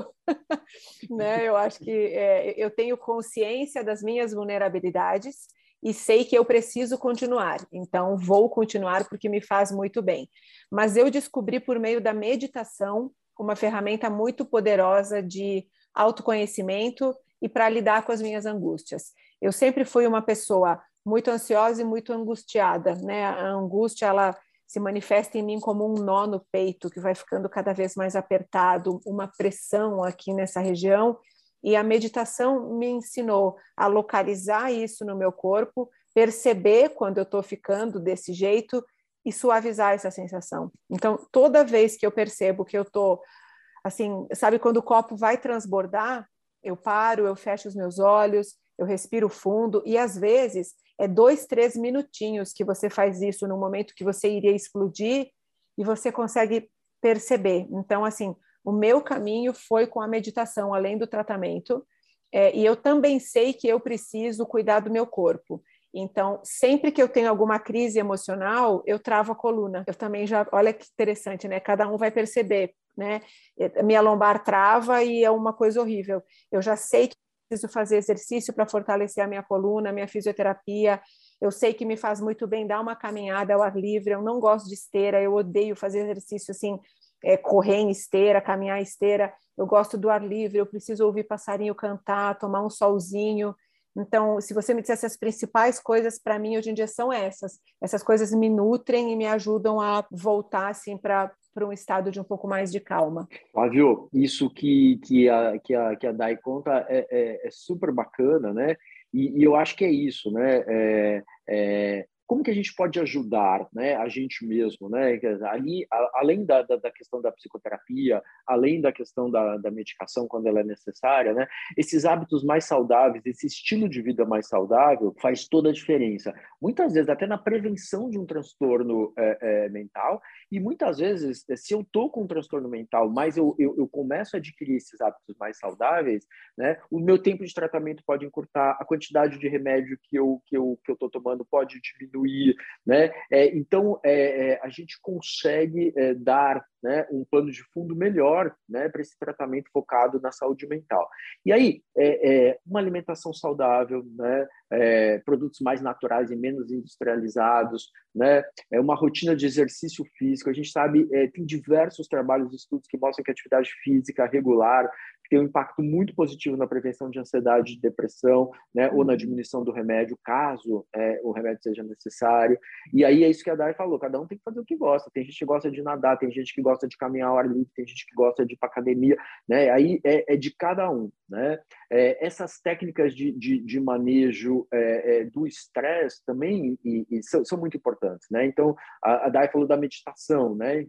Né, eu acho que é, eu tenho consciência das minhas vulnerabilidades e sei que eu preciso continuar, então vou continuar porque me faz muito bem. Mas eu descobri por meio da meditação uma ferramenta muito poderosa de autoconhecimento e para lidar com as minhas angústias. Eu sempre fui uma pessoa muito ansiosa e muito angustiada, né? A angústia, ela se manifesta em mim como um nó no peito, que vai ficando cada vez mais apertado, uma pressão aqui nessa região, e a meditação me ensinou a localizar isso no meu corpo, perceber quando eu estou ficando desse jeito e suavizar essa sensação. Então, toda vez que eu percebo que eu estou, assim, sabe, quando o copo vai transbordar, eu paro, eu fecho os meus olhos, eu respiro fundo, e às vezes é dois, três minutinhos que você faz isso no momento que você iria explodir e você consegue perceber. Então, assim, o meu caminho foi com a meditação, além do tratamento, é, e eu também sei que eu preciso cuidar do meu corpo. Então, sempre que eu tenho alguma crise emocional, eu travo a coluna. Eu também já, olha que interessante, né? Cada um vai perceber, né? Minha lombar trava e é uma coisa horrível. Eu já sei que preciso fazer exercício para fortalecer a minha coluna, a minha fisioterapia. Eu sei que me faz muito bem dar uma caminhada ao ar livre. Eu não gosto de esteira, eu odeio fazer exercício assim, é, correr em esteira, caminhar em esteira. Eu gosto do ar livre, eu preciso ouvir passarinho cantar, tomar um solzinho. Então, se você me dissesse as principais coisas para mim hoje em dia são essas. Essas coisas me nutrem e me ajudam a voltar assim para para um estado de um pouco mais de calma. Flávio, isso que, que, a, que, a, que a Dai conta é, é, é super bacana, né? E, e eu acho que é isso, né? É, é, como que a gente pode ajudar, né, a gente mesmo, né? Ali, a, além da, da, da questão da psicoterapia, além da questão da, da medicação quando ela é necessária, né? Esses hábitos mais saudáveis, esse estilo de vida mais saudável faz toda a diferença. Muitas vezes até na prevenção de um transtorno é, é, mental, e muitas vezes, se eu estou com um transtorno mental, mas eu, eu, eu começo a adquirir esses hábitos mais saudáveis, né, o meu tempo de tratamento pode encurtar, a quantidade de remédio que eu que eu que eu estou tomando pode diminuir, né? É, então é, é, a gente consegue é, dar, né, um pano de fundo melhor, né, para esse tratamento focado na saúde mental. E aí é, é uma alimentação saudável, né, é, produtos mais naturais e menos industrializados, né, é uma rotina de exercício físico. A gente sabe, é, tem diversos trabalhos e estudos que mostram que a atividade física regular tem um impacto muito positivo na prevenção de ansiedade e depressão, né, ou na diminuição do remédio, caso é, o remédio seja necessário. E aí é isso que a Dai falou, cada um tem que fazer o que gosta. Tem gente que gosta de nadar, tem gente que gosta de caminhar ao ar livre, tem gente que gosta de ir para academia, né? Aí é, é de cada um, né? É, essas técnicas de, de, de manejo é, é, do estresse também e, e são, são muito importantes, né? Então, a, a Dai falou da meditação, né? Então,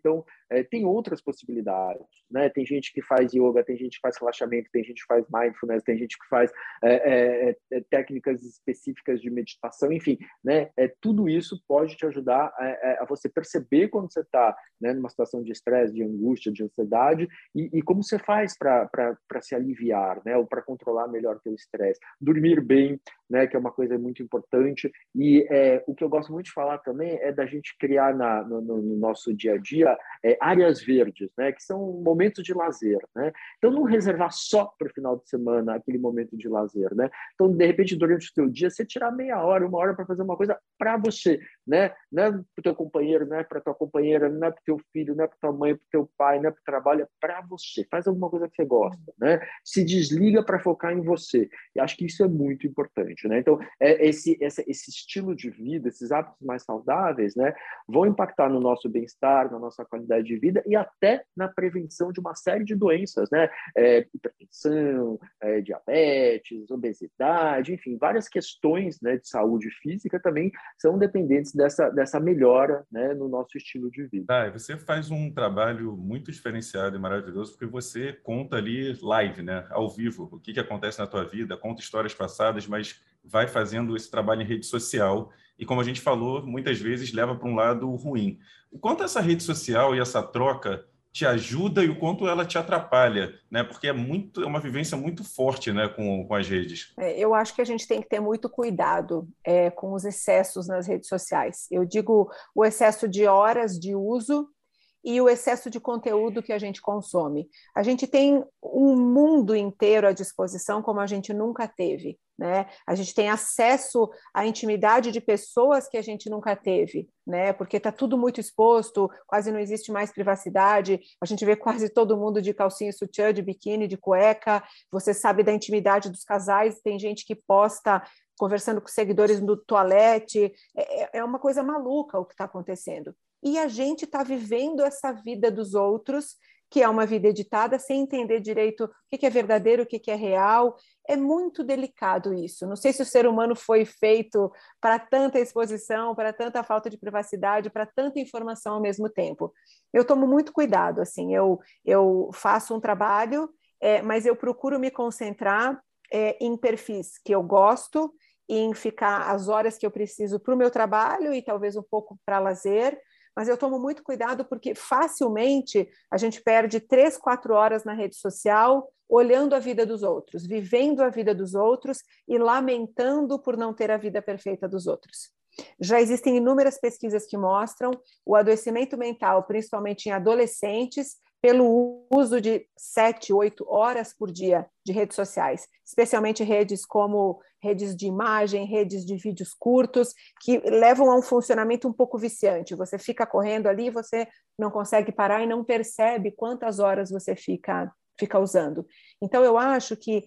é, tem outras possibilidades, né? Tem gente que faz yoga, tem gente que faz relaxamento, tem gente que faz mindfulness, tem gente que faz é, é, é, técnicas específicas de meditação, enfim, né? É, tudo isso pode te ajudar a, a você perceber quando você está, né, numa situação de estresse, de angústia, de ansiedade, e, e como você faz para se aliviar, né? Ou para controlar melhor o teu estresse. Dormir bem, né? Que é uma coisa muito importante. E é, o que eu gosto muito de falar também é da gente criar na, no, no nosso dia a dia é, áreas verdes, né? Que são momentos de lazer, né? Então, não reservar só para o final de semana aquele momento de lazer, né? Então, de repente, durante o teu dia, você tirar meia hora, uma hora para fazer uma coisa para você, né? Não é para o teu companheiro, não é para tua companheira, não é para o teu filho, não é para tua mãe, para o teu pai, não é para o trabalho, é para você. Faz alguma coisa que você gosta, né? Se desliga para focar em você. E acho que isso é muito importante, né? Então, é esse, esse, esse estilo de vida, esses hábitos mais saudáveis, né, vão impactar no nosso bem-estar, na nossa qualidade de vida e até na prevenção de uma série de doenças, né? É, hipertensão, é, diabetes, obesidade, enfim, várias questões, né, de saúde física também são dependentes dessa, dessa melhora, né, no nosso estilo de vida. Ah, você faz um trabalho muito diferenciado e maravilhoso, porque você conta ali live, né, ao vivo, o que, que acontece na tua vida, conta histórias passadas, mas vai fazendo esse trabalho em rede social e, como a gente falou, muitas vezes leva para um lado ruim. O quanto essa rede social e essa troca te ajuda e o quanto ela te atrapalha, né? Porque é muito, é uma vivência muito forte, né, com, com as redes. É, eu acho que a gente tem que ter muito cuidado é, com os excessos nas redes sociais. Eu digo o excesso de horas de uso e o excesso de conteúdo que a gente consome. A gente tem um mundo inteiro à disposição como a gente nunca teve, né? A gente tem acesso à intimidade de pessoas que a gente nunca teve, né? Porque está tudo muito exposto, quase não existe mais privacidade, a gente vê quase todo mundo de calcinha, sutiã, de biquíni, de cueca, você sabe da intimidade dos casais, tem gente que posta conversando com seguidores no toalete, é, é uma coisa maluca o que está acontecendo. E a gente está vivendo essa vida dos outros, que é uma vida editada, sem entender direito o que é verdadeiro, o que é real. É muito delicado isso. Não sei se o ser humano foi feito para tanta exposição, para tanta falta de privacidade, para tanta informação ao mesmo tempo. Eu tomo muito cuidado, assim, eu, eu faço um trabalho, é, mas eu procuro me concentrar é, em perfis que eu gosto, em ficar as horas que eu preciso para o meu trabalho e talvez um pouco para lazer, mas eu tomo muito cuidado porque facilmente a gente perde três, quatro horas na rede social olhando a vida dos outros, vivendo a vida dos outros e lamentando por não ter a vida perfeita dos outros. Já existem inúmeras pesquisas que mostram o adoecimento mental, principalmente em adolescentes, pelo uso de sete, oito horas por dia de redes sociais, especialmente redes como redes de imagem, redes de vídeos curtos, que levam a um funcionamento um pouco viciante. Você fica correndo ali, você não consegue parar e não percebe quantas horas você fica, fica usando. Então, eu acho que,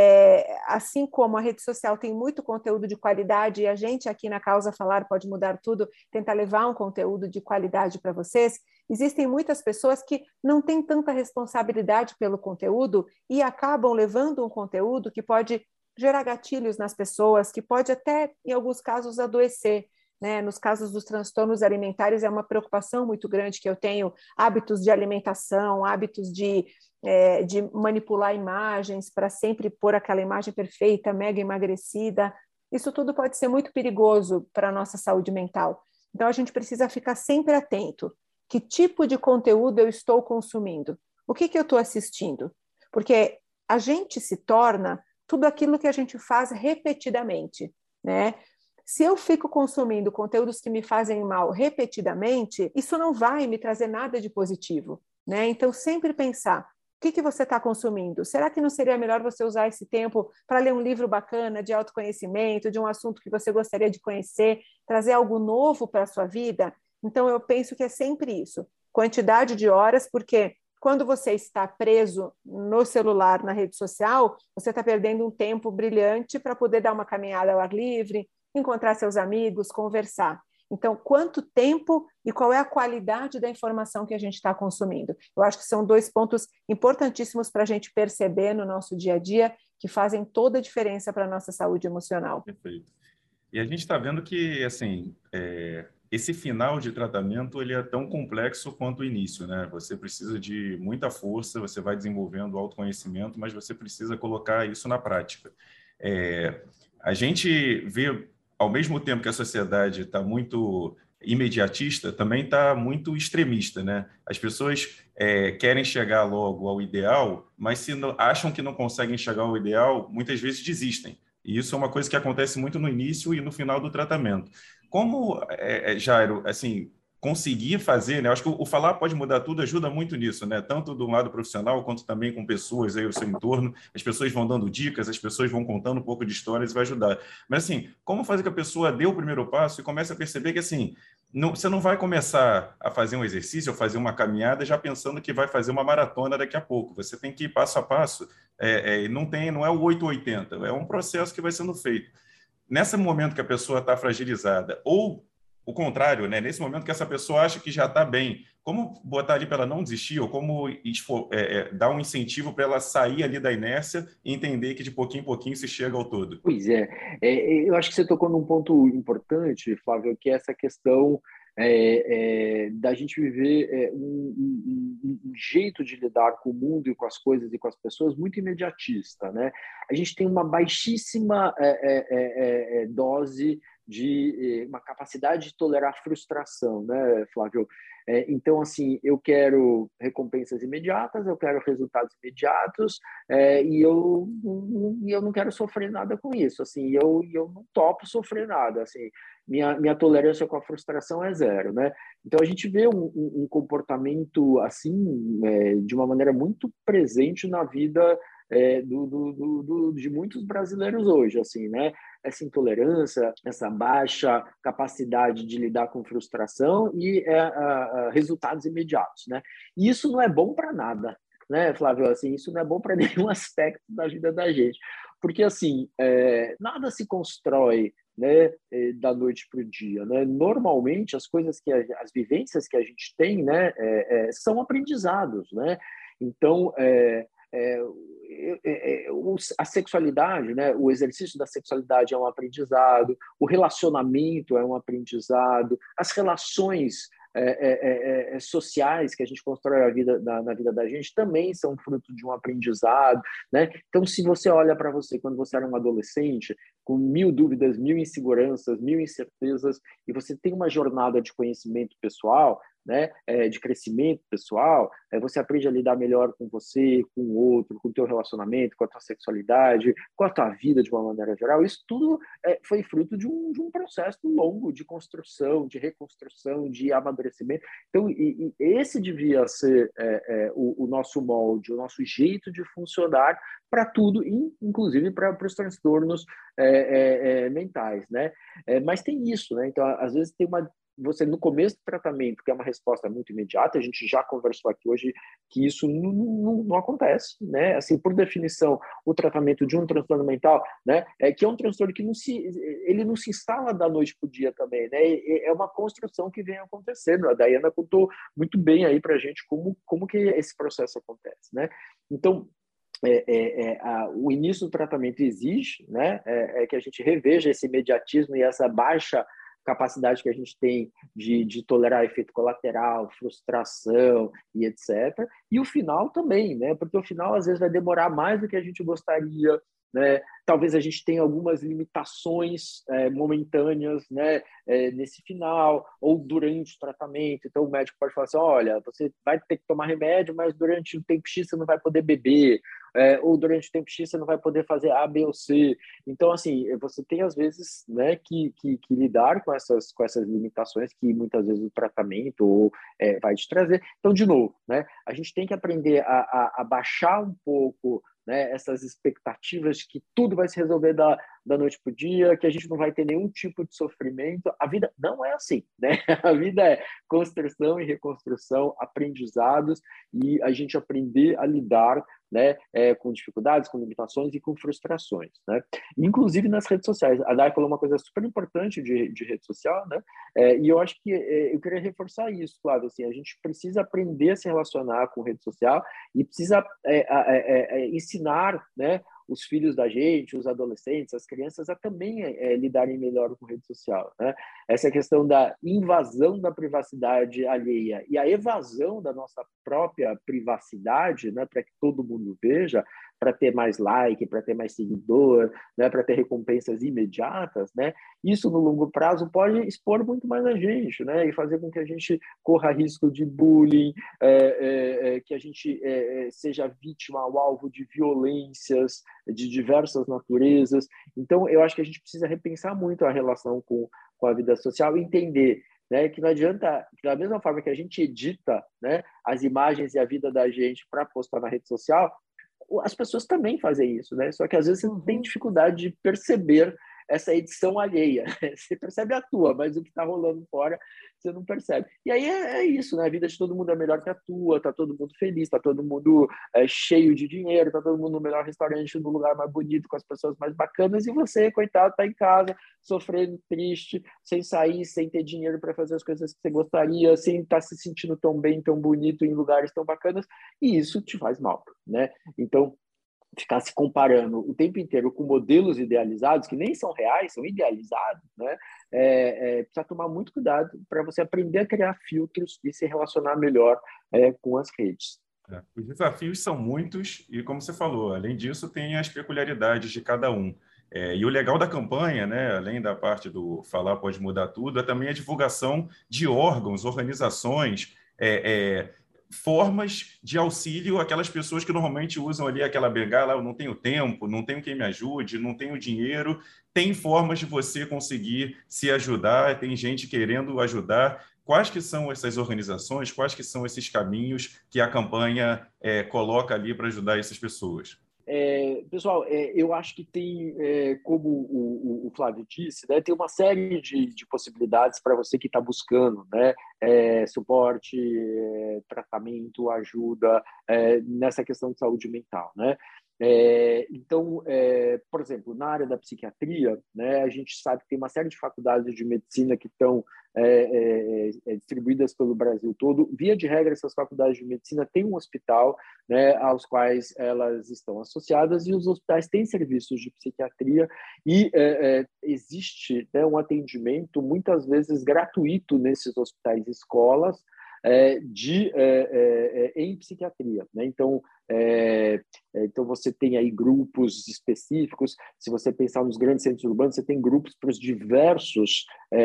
é, assim como a rede social tem muito conteúdo de qualidade, e a gente aqui na Causa Falar Pode Mudar Tudo tenta levar um conteúdo de qualidade para vocês, existem muitas pessoas que não têm tanta responsabilidade pelo conteúdo e acabam levando um conteúdo que pode gerar gatilhos nas pessoas, que pode até, em alguns casos, adoecer. Né? Nos casos dos transtornos alimentares, é uma preocupação muito grande que eu tenho, hábitos de alimentação, hábitos de, é, de manipular imagens para sempre pôr aquela imagem perfeita, mega emagrecida. Isso tudo pode ser muito perigoso para a nossa saúde mental. Então, a gente precisa ficar sempre atento. Que tipo de conteúdo eu estou consumindo? O que, que eu estou assistindo? Porque a gente se torna tudo aquilo que a gente faz repetidamente, né? Se eu fico consumindo conteúdos que me fazem mal repetidamente, isso não vai me trazer nada de positivo, né? Então, sempre pensar, o que, que você está consumindo? Será que não seria melhor você usar esse tempo para ler um livro bacana de autoconhecimento, de um assunto que você gostaria de conhecer, trazer algo novo para a sua vida? Então, eu penso que é sempre isso, quantidade de horas, porque quando você está preso no celular, na rede social, você está perdendo um tempo brilhante para poder dar uma caminhada ao ar livre, encontrar seus amigos, conversar. Então, quanto tempo e qual é a qualidade da informação que a gente está consumindo? Eu acho que são dois pontos importantíssimos para a gente perceber no nosso dia a dia, que fazem toda a diferença para a nossa saúde emocional. Perfeito. E a gente está vendo que, assim, é... esse final de tratamento ele é tão complexo quanto o início, né? Você precisa de muita força, você vai desenvolvendo autoconhecimento, mas você precisa colocar isso na prática. É, a gente vê, ao mesmo tempo que a sociedade está muito imediatista, também está muito extremista, né? As pessoas é, querem chegar logo ao ideal, mas se não, acham que não conseguem chegar ao ideal, muitas vezes desistem. E isso é uma coisa que acontece muito no início e no final do tratamento. Como, é, é, Jairo, assim, conseguir fazer, né? Eu acho que o, o falar pode mudar tudo ajuda muito nisso, né? Tanto do lado profissional quanto também com pessoas aí ao seu entorno. As pessoas vão dando dicas, as pessoas vão contando um pouco de histórias e vai ajudar. Mas assim, como fazer que a pessoa dê o primeiro passo e comece a perceber que assim, não, você não vai começar a fazer um exercício ou fazer uma caminhada já pensando que vai fazer uma maratona daqui a pouco. Você tem que ir passo a passo. É, é, não tem, não é o oito ou oitenta, é um processo que vai sendo feito. Nesse momento que a pessoa está fragilizada, ou o contrário, né? Nesse momento que essa pessoa acha que já está bem, como botar ali para ela não desistir, ou como é, é, dar um incentivo para ela sair ali da inércia e entender que de pouquinho em pouquinho se chega ao todo? Pois é, é eu acho que você tocou num ponto importante, Flávio, que é essa questão é, é, da gente viver é, um, um, um jeito de lidar com o mundo e com as coisas e com as pessoas muito imediatista, né? A gente tem uma baixíssima é, é, é, dose de uma capacidade de tolerar frustração, né, Flávio? É, então, assim, eu quero recompensas imediatas, eu quero resultados imediatos, é, e eu, e eu não quero sofrer nada com isso, assim, eu, eu não topo sofrer nada, assim, minha, minha tolerância com a frustração é zero, né? Então, a gente vê um, um, um comportamento, assim, é, de uma maneira muito presente na vida é, do, do, do, do, de muitos brasileiros hoje, assim, né? Essa intolerância, essa baixa capacidade de lidar com frustração e é, a, a, resultados imediatos, né? E isso não é bom para nada, né, Flávio? Assim, isso não é bom para nenhum aspecto da vida da gente, porque assim, é, nada se constrói, né, da noite para o dia, né? Normalmente as coisas que a, as vivências que a gente tem, né, é, é, são aprendizados, né? Então, é, É, é, é, a sexualidade, né? O exercício da sexualidade é um aprendizado, o relacionamento é um aprendizado, as relações é, é, é, sociais que a gente constrói a vida, na, na vida da gente também são fruto de um aprendizado, né? Então, se você olha para você quando você era um adolescente, com mil dúvidas, mil inseguranças, mil incertezas, e você tem uma jornada de conhecimento pessoal, né, é, de crescimento pessoal, é, você aprende a lidar melhor com você, com o outro, com o teu relacionamento, com a tua sexualidade, com a tua vida de uma maneira geral. Isso tudo é, foi fruto de um, de um processo longo de construção, de reconstrução, de amadurecimento. Então, e, e esse devia ser é, é, o, o nosso molde, o nosso jeito de funcionar para tudo, inclusive para os transtornos é, é, é, mentais, né? É, mas tem isso, né? Então, às vezes tem uma você no começo do tratamento, que é uma resposta muito imediata, a gente já conversou aqui hoje que isso não, não, não acontece, né? Assim, por definição, o tratamento de um transtorno mental, né, é que é um transtorno que não se, ele não se instala da noite para o dia também, né? É uma construção que vem acontecendo. A Daiana contou muito bem aí para a gente como, como que esse processo acontece, né? Então, É, é, é, a, o início do tratamento exige, né, é, é que a gente reveja esse imediatismo e essa baixa capacidade que a gente tem de, de tolerar efeito colateral, frustração e etcétera. E o final também, né? Porque o final às vezes vai demorar mais do que a gente gostaria, né? Talvez a gente tenha algumas limitações é, momentâneas, né, é, nesse final ou durante o tratamento. Então o médico pode falar assim, olha, você vai ter que tomar remédio, mas durante o tempo X você não vai poder beber, é, ou durante o tempo X você não vai poder fazer A, B ou C. Então, assim, você tem às vezes, né, que, que, que lidar com essas, com essas limitações que muitas vezes o tratamento ou, é, vai te trazer. Então, de novo, né, a gente tem que aprender a, a, a baixar um pouco, né, essas expectativas de que tudo vai se resolver da, da noite para o dia, que a gente não vai ter nenhum tipo de sofrimento. A vida não é assim, né? A vida é construção e reconstrução, aprendizados, e a gente aprender a lidar, né, é, com dificuldades, com limitações e com frustrações, né? Inclusive nas redes sociais. A Dai falou uma coisa super importante de, de rede social, né? É, e eu acho que é, eu queria reforçar isso, Flávio. Assim, a gente precisa aprender a se relacionar com rede social e precisa é, é, é, ensinar, né, os filhos da gente, os adolescentes, as crianças, a também é, lidarem melhor com rede social, né? Essa questão da invasão da privacidade alheia e a evasão da nossa própria privacidade, né, para que todo mundo veja, para ter mais like, para ter mais seguidor, né, para ter recompensas imediatas, né? Isso no longo prazo pode expor muito mais a gente, né, e fazer com que a gente corra risco de bullying, é, é, é, que a gente é, seja vítima ao alvo de violências de diversas naturezas. Então, eu acho que a gente precisa repensar muito a relação com, com a vida social e entender, né, que não adianta, que da mesma forma que a gente edita, né, as imagens e a vida da gente para postar na rede social, as pessoas também fazem isso, né? Só que às vezes você tem dificuldade de perceber essa edição alheia. Você percebe a tua, mas o que está rolando fora você não percebe. E aí é, é isso, né? A vida de todo mundo é melhor que a tua, tá todo mundo feliz, tá todo mundo é, cheio de dinheiro, tá todo mundo no melhor restaurante, no lugar mais bonito, com as pessoas mais bacanas, e você, coitado, tá em casa, sofrendo, triste, sem sair, sem ter dinheiro para fazer as coisas que você gostaria, sem estar se sentindo tão bem, tão bonito em lugares tão bacanas, e isso te faz mal, né? Então, ficar se comparando o tempo inteiro com modelos idealizados, que nem são reais, são idealizados, né? É, é, precisa tomar muito cuidado para você aprender a criar filtros e se relacionar melhor é, com as redes. É, os desafios são muitos e, como você falou, além disso, tem as peculiaridades de cada um. É, e o legal da campanha, né, além da parte do Falar Pode Mudar Tudo, é também a divulgação de órgãos, organizações, é, é, formas de auxílio àquelas pessoas que normalmente usam ali aquela bengala: eu não tenho tempo, não tenho quem me ajude, não tenho dinheiro. Tem formas de você conseguir se ajudar, tem gente querendo ajudar. Quais que são essas organizações, quais que são esses caminhos que a campanha é, coloca ali para ajudar essas pessoas? É, pessoal, é, eu acho que tem, é, como o, o, o Flávio disse, né, tem uma série de, de possibilidades para você que está buscando, né, é, suporte, é, tratamento, ajuda é, nessa questão de saúde mental, né? É, então, é, por exemplo, na área da psiquiatria, né, a gente sabe que tem uma série de faculdades de medicina que estão é, é, é, distribuídas pelo Brasil todo. Via de regra, essas faculdades de medicina têm um hospital, né, aos quais elas estão associadas, e os hospitais têm serviços de psiquiatria e é, é, existe, né, um atendimento muitas vezes gratuito nesses hospitais e escolas é, de, é, é, em psiquiatria, né? Então, é, então você tem aí grupos específicos. Se você pensar nos grandes centros urbanos, você tem grupos para os diversos é,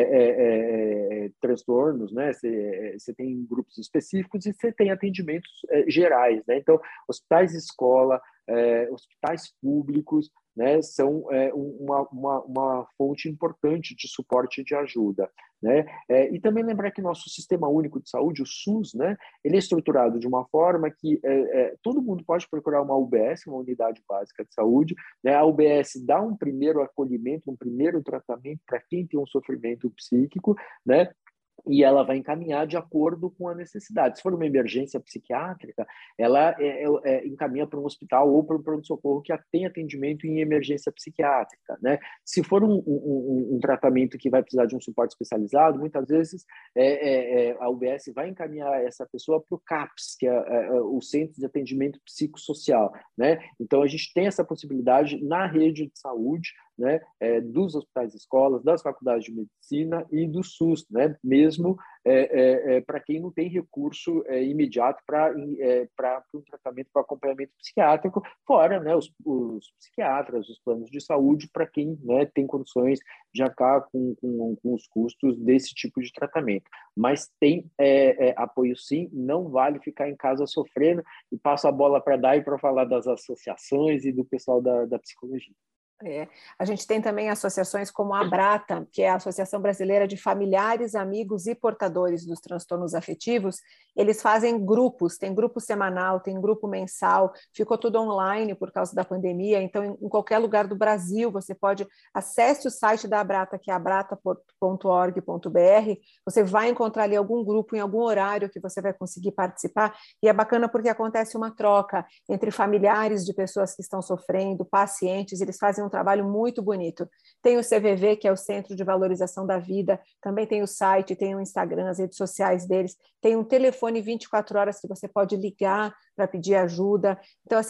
é, é, transtornos, né? Você, você tem grupos específicos e você tem atendimentos é, gerais, né? Então, hospitais escola, é, hospitais públicos, né, são é, uma, uma, uma fonte importante de suporte e de ajuda, né? É, e também lembrar que nosso Sistema Único de Saúde, o SUS, né, ele é estruturado de uma forma que é, é, todo mundo pode procurar uma U B S, uma Unidade Básica de Saúde, né? A U B S dá um primeiro acolhimento, um primeiro tratamento para quem tem um sofrimento psíquico, né? E ela vai encaminhar de acordo com a necessidade. Se for uma emergência psiquiátrica, ela é, é, é, encaminha para um hospital ou para um pronto-socorro que tem atendimento em emergência psiquiátrica, né? Se for um, um, um tratamento que vai precisar de um suporte especializado, muitas vezes é, é, a U B S vai encaminhar essa pessoa para o CAPS, que é, é o Centro de Atendimento Psicossocial, né? Então, a gente tem essa possibilidade na rede de saúde, né, é, dos hospitais e escolas, das faculdades de medicina e do SUS, né, mesmo é, é, é, para quem não tem recurso é, imediato para é, para um tratamento, para acompanhamento psiquiátrico, fora, né, os, os psiquiatras, os planos de saúde, para quem, né, tem condições de arcar com, com, com os custos desse tipo de tratamento. Mas tem é, é, apoio sim, não vale ficar em casa sofrendo. E passo a bola para dar e para falar das associações e do pessoal da, da psicologia. É. A gente tem também associações como a ABRATA, que é a Associação Brasileira de Familiares, Amigos e Portadores dos Transtornos Afetivos. Eles fazem grupos, tem grupo semanal, tem grupo mensal, ficou tudo online por causa da pandemia, então em qualquer lugar do Brasil você pode, acesse o site da ABRATA, que é abrata ponto org ponto br, você vai encontrar ali algum grupo em algum horário que você vai conseguir participar, e é bacana porque acontece uma troca entre familiares de pessoas que estão sofrendo, pacientes, eles fazem um trabalho muito bonito. Tem o C V V, que é o Centro de Valorização da Vida, também tem o site, tem o Instagram, as redes sociais deles, tem um telefone vinte e quatro horas que você pode ligar para pedir ajuda. Então, assim,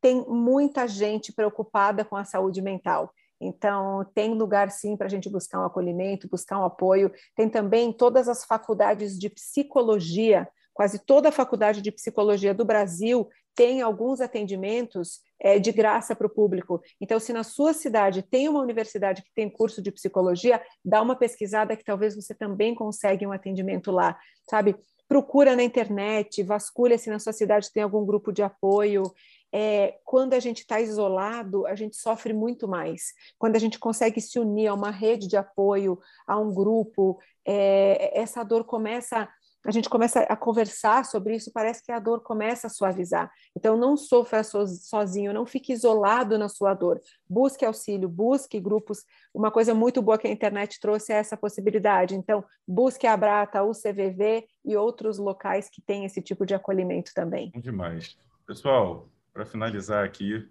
tem muita gente preocupada com a saúde mental. Então, tem lugar, sim, para a gente buscar um acolhimento, buscar um apoio. Tem também todas as faculdades de psicologia, quase toda a faculdade de psicologia do Brasil tem alguns atendimentos é, de graça para o público. Então, se na sua cidade tem uma universidade que tem curso de psicologia, dá uma pesquisada que talvez você também consiga um atendimento lá, sabe? Procura na internet, vasculha se na sua cidade tem algum grupo de apoio. É, quando a gente está isolado, a gente sofre muito mais. Quando a gente consegue se unir a uma rede de apoio, a um grupo, é, essa dor começa... a gente começa a conversar sobre isso, parece que a dor começa a suavizar. Então, não sofra sozinho, não fique isolado na sua dor. Busque auxílio, busque grupos. Uma coisa muito boa que a internet trouxe é essa possibilidade. Então, busque a Abrata, o C V V e outros locais que têm esse tipo de acolhimento também. Demais. Pessoal, para finalizar aqui,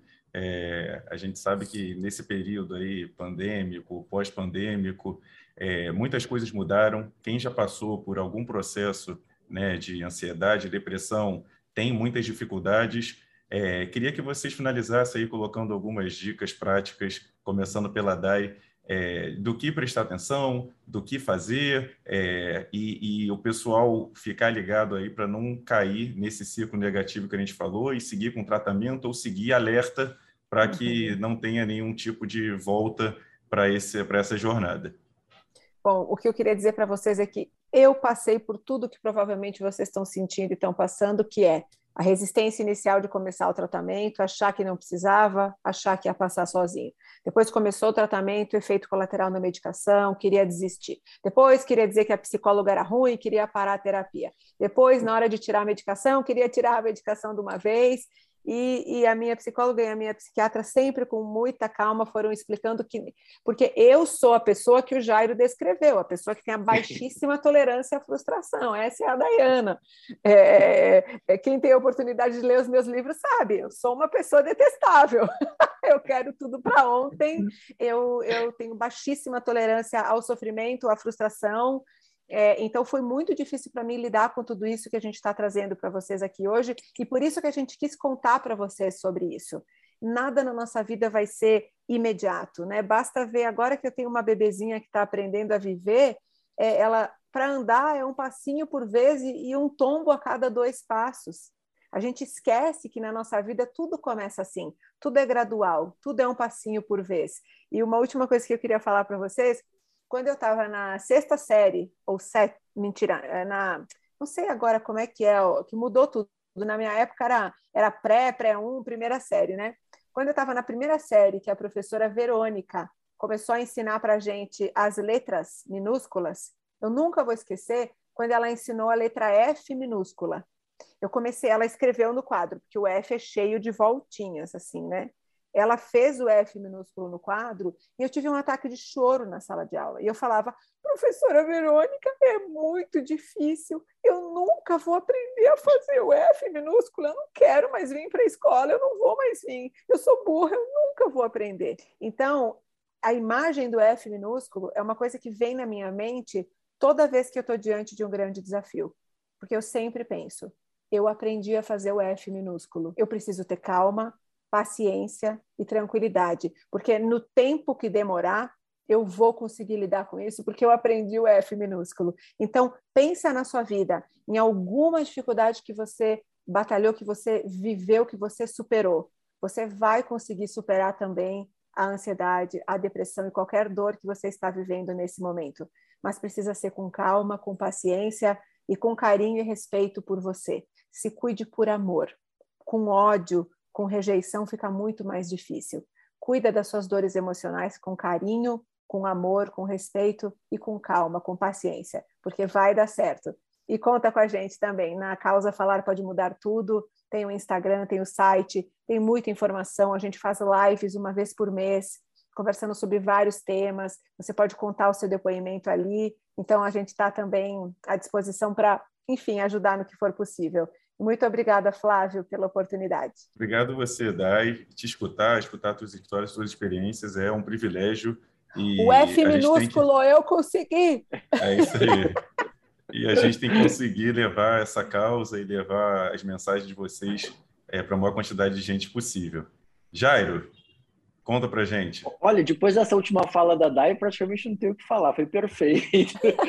é, a gente sabe que nesse período aí pandêmico, pós-pandêmico, É, muitas coisas mudaram. Quem já passou por algum processo, né, de ansiedade, depressão, tem muitas dificuldades. É, queria que vocês finalizassem aí colocando algumas dicas práticas, começando pela Dai, é, do que prestar atenção, do que fazer, é, e, e o pessoal ficar ligado aí para não cair nesse ciclo negativo que a gente falou e seguir com tratamento ou seguir alerta para que não tenha nenhum tipo de volta para esse, para essa jornada. Bom, o que eu queria dizer para vocês é que eu passei por tudo que provavelmente vocês estão sentindo e estão passando, que é a resistência inicial de começar o tratamento, achar que não precisava, achar que ia passar sozinho. Depois começou o tratamento, efeito colateral na medicação, queria desistir. Depois queria dizer que a psicóloga era ruim, queria parar a terapia. Depois, na hora de tirar a medicação, queria tirar a medicação de uma vez. E, e a minha psicóloga e a minha psiquiatra sempre com muita calma foram explicando que... Porque eu sou a pessoa que o Jairo descreveu, a pessoa que tem a baixíssima tolerância à frustração. Essa é a Daiana. É, é, quem tem a oportunidade de ler os meus livros sabe, eu sou uma pessoa detestável. Eu quero tudo para ontem, eu, eu tenho baixíssima tolerância ao sofrimento, à frustração. É, então foi muito difícil para mim lidar com tudo isso que a gente está trazendo para vocês aqui hoje, e por isso que a gente quis contar para vocês sobre isso. Nada na nossa vida vai ser imediato, né? Basta ver agora que eu tenho uma bebezinha que está aprendendo a viver, é, ela para andar é um passinho por vez e, e um tombo a cada dois passos. A gente esquece que na nossa vida tudo começa assim, tudo é gradual, tudo é um passinho por vez. E uma última coisa que eu queria falar para vocês: quando eu estava na sexta série, ou sete, mentira, na, não sei agora como é que é, que mudou tudo. Na minha época era, era pré, pré um, primeira série, né? Quando eu estava na primeira série, que a professora Verônica começou a ensinar para a gente as letras minúsculas, eu nunca vou esquecer quando ela ensinou a letra F minúscula. Eu comecei, ela escreveu no quadro, porque o F é cheio de voltinhas, assim, né? Ela fez o F minúsculo no quadro e eu tive um ataque de choro na sala de aula. E eu falava, professora Verônica, é muito difícil, eu nunca vou aprender a fazer o F minúsculo, eu não quero mais vir para a escola, eu não vou mais vir, eu sou burra, eu nunca vou aprender. Então, a imagem do F minúsculo é uma coisa que vem na minha mente toda vez que eu estou diante de um grande desafio. Porque eu sempre penso, eu aprendi a fazer o F minúsculo, eu preciso ter calma, paciência e tranquilidade, porque no tempo que demorar, eu vou conseguir lidar com isso, porque eu aprendi o F minúsculo. Então, pensa na sua vida, em alguma dificuldade que você batalhou, que você viveu, que você superou. Você vai conseguir superar também a ansiedade, a depressão e qualquer dor que você está vivendo nesse momento. Mas precisa ser com calma, com paciência e com carinho e respeito por você. Se cuide por amor. Com ódio, com rejeição, fica muito mais difícil. Cuida das suas dores emocionais com carinho, com amor, com respeito e com calma, com paciência, porque vai dar certo. E conta com a gente também. Na Causa Falar Pode Mudar Tudo, tem o Instagram, tem o site, tem muita informação. A gente faz lives uma vez por mês, conversando sobre vários temas. Você pode contar o seu depoimento ali. Então, a gente está também à disposição para, enfim, ajudar no que for possível. Muito obrigada, Flávio, pela oportunidade. Obrigado você, Dai. Te escutar, escutar tuas histórias, tuas experiências é um privilégio. E o F minúsculo que... eu consegui! É isso aí. E a gente tem que conseguir levar essa causa e levar as mensagens de vocês é, para a maior quantidade de gente possível. Jairo, conta pra gente. Olha, depois dessa última fala da Dai, praticamente não tenho o que falar, foi perfeito.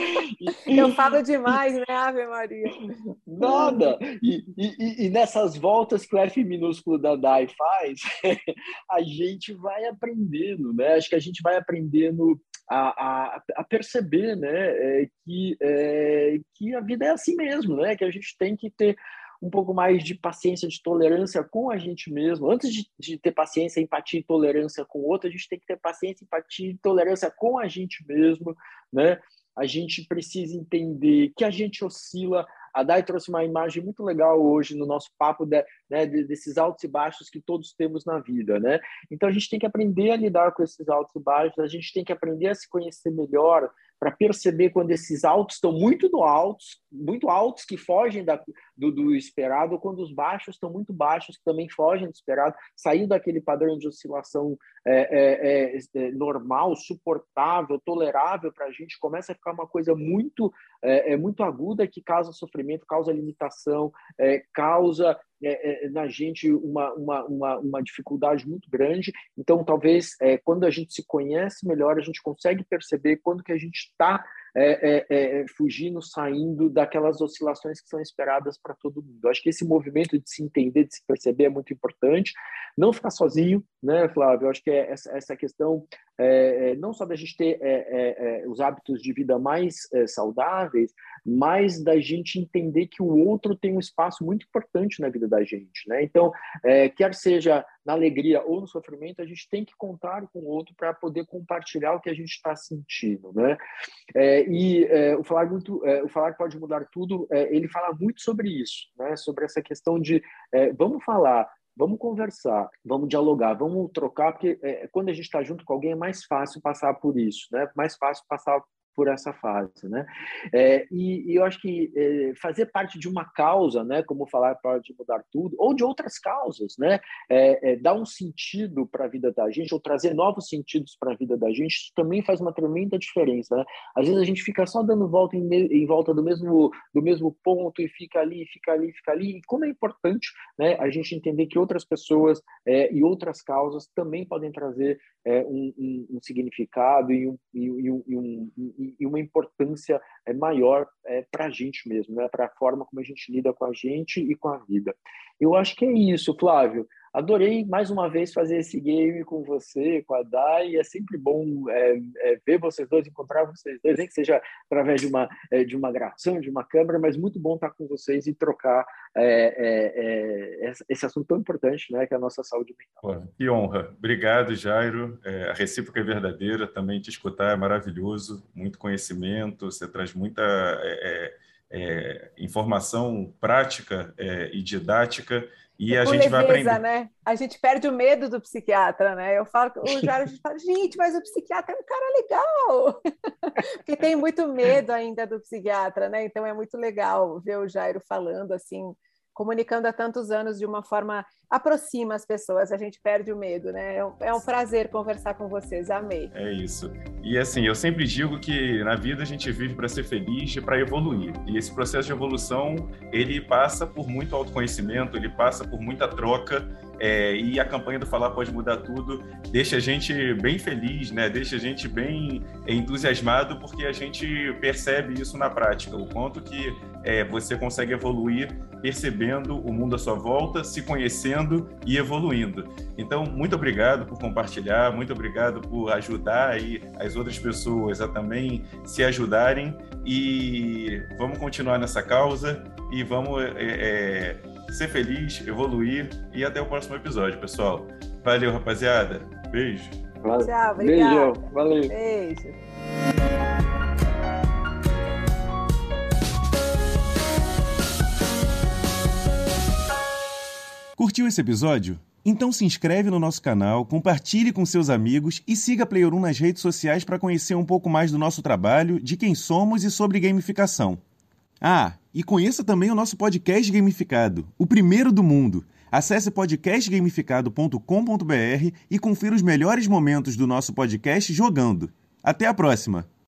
Eu falo demais, né, Ave Maria? Nada! E, e, e nessas voltas que o F minúsculo da Dai faz, a gente vai aprendendo, né? Acho que a gente vai aprendendo a, a, a perceber, né, é, que, é, que a vida é assim mesmo, né? Que a gente tem que ter um pouco mais de paciência, de tolerância com a gente mesmo. Antes de, de ter paciência, empatia e tolerância com o outro, a gente tem que ter paciência, empatia e tolerância com a gente mesmo, né? A gente precisa entender que a gente oscila. A Dai trouxe uma imagem muito legal hoje no nosso papo de, né, desses altos e baixos que todos temos na vida, né? Então, a gente tem que aprender a lidar com esses altos e baixos, a gente tem que aprender a se conhecer melhor, para perceber quando esses altos estão muito no altos, muito altos que fogem da, do, do esperado, ou quando os baixos estão muito baixos que também fogem do esperado, saindo daquele padrão de oscilação é, é, é, normal, suportável, tolerável para a gente, começa a ficar uma coisa muito, é, é, muito aguda que causa sofrimento, causa limitação, é, causa É, é, na gente uma, uma, uma, uma dificuldade muito grande. Então, talvez, é, quando a gente se conhece melhor, a gente consegue perceber quando que a gente está é, é, é, fugindo, saindo daquelas oscilações que são esperadas para todo mundo. Eu acho que esse movimento de se entender, de se perceber é muito importante. Não ficar sozinho, né, Flávio? Eu acho que é essa, essa questão, é, não só da gente ter é, é, os hábitos de vida mais é, saudáveis, mas da gente entender que o outro tem um espaço muito importante na vida da gente, né? Então, é, quer seja na alegria ou no sofrimento, a gente tem que contar com o outro para poder compartilhar o que a gente está sentindo, né? É, e é, o falar muito, é, o falar pode mudar tudo. É, ele fala muito sobre isso, né? Sobre essa questão de é, vamos falar, vamos conversar, vamos dialogar, vamos trocar, porque é, quando a gente está junto com alguém é mais fácil passar por isso, né? Mais fácil passar por essa fase, né? É, e, e eu acho que é, fazer parte de uma causa, né, como falar pode mudar tudo, ou de outras causas, né, é, é, dar um sentido para a vida da gente, ou trazer novos sentidos para a vida da gente, isso também faz uma tremenda diferença, né? Às vezes a gente fica só dando volta em, em volta do mesmo, do mesmo ponto e fica ali, fica ali, fica ali, e como é importante, né, a gente entender que outras pessoas é, e outras causas também podem trazer é, um, um, um significado e um, e, e um, e um e uma importância maior é, para a gente mesmo, né? Para a forma como a gente lida com a gente e com a vida. Eu acho que é isso, Flávio. Adorei mais uma vez fazer esse game com você, com a Dai. É sempre bom é, é, ver vocês dois, encontrar vocês dois, nem que seja através de uma, é, de uma gravação, de uma câmera, mas muito bom estar com vocês e trocar é, é, é, esse assunto tão importante, né, que é a nossa saúde mental. Pô, que honra. Obrigado, Jairo. É, a recíproca é verdadeira. Também te escutar é maravilhoso. Muito conhecimento. Você traz muita é, é, informação prática é, e didática. E é a gente leveza, vai aprender. Né? A gente perde o medo do psiquiatra, né? Eu falo, o Jairo, a gente fala, gente, mas o psiquiatra é um cara legal. Porque tem muito medo ainda do psiquiatra, né? Então é muito legal ver o Jairo falando assim, comunicando há tantos anos de uma forma aproxima as pessoas, a gente perde o medo, né? É um prazer conversar com vocês, amei. É isso. E assim, eu sempre digo que na vida a gente vive para ser feliz e para evoluir. E esse processo de evolução, ele passa por muito autoconhecimento, ele passa por muita troca, é, e a campanha do Falar Pode Mudar Tudo deixa a gente bem feliz, né? Deixa a gente bem entusiasmado, porque a gente percebe isso na prática, o quanto que é, você consegue evoluir percebendo o mundo à sua volta, se conhecendo e evoluindo. Então, muito obrigado por compartilhar, muito obrigado por ajudar aí as outras pessoas a também se ajudarem, e vamos continuar nessa causa e vamos é, é, ser feliz, evoluir, e até o próximo episódio, pessoal. Valeu, rapaziada. Beijo. Valeu. Tchau, obrigado. Beijo. Valeu. Beijo. Curtiu esse episódio? Então se inscreve no nosso canal, compartilhe com seus amigos e siga a Player um nas redes sociais para conhecer um pouco mais do nosso trabalho, de quem somos e sobre gamificação. Ah, e conheça também o nosso podcast gamificado, o primeiro do mundo. Acesse podcast gamificado ponto com ponto b r e confira os melhores momentos do nosso podcast jogando. Até a próxima!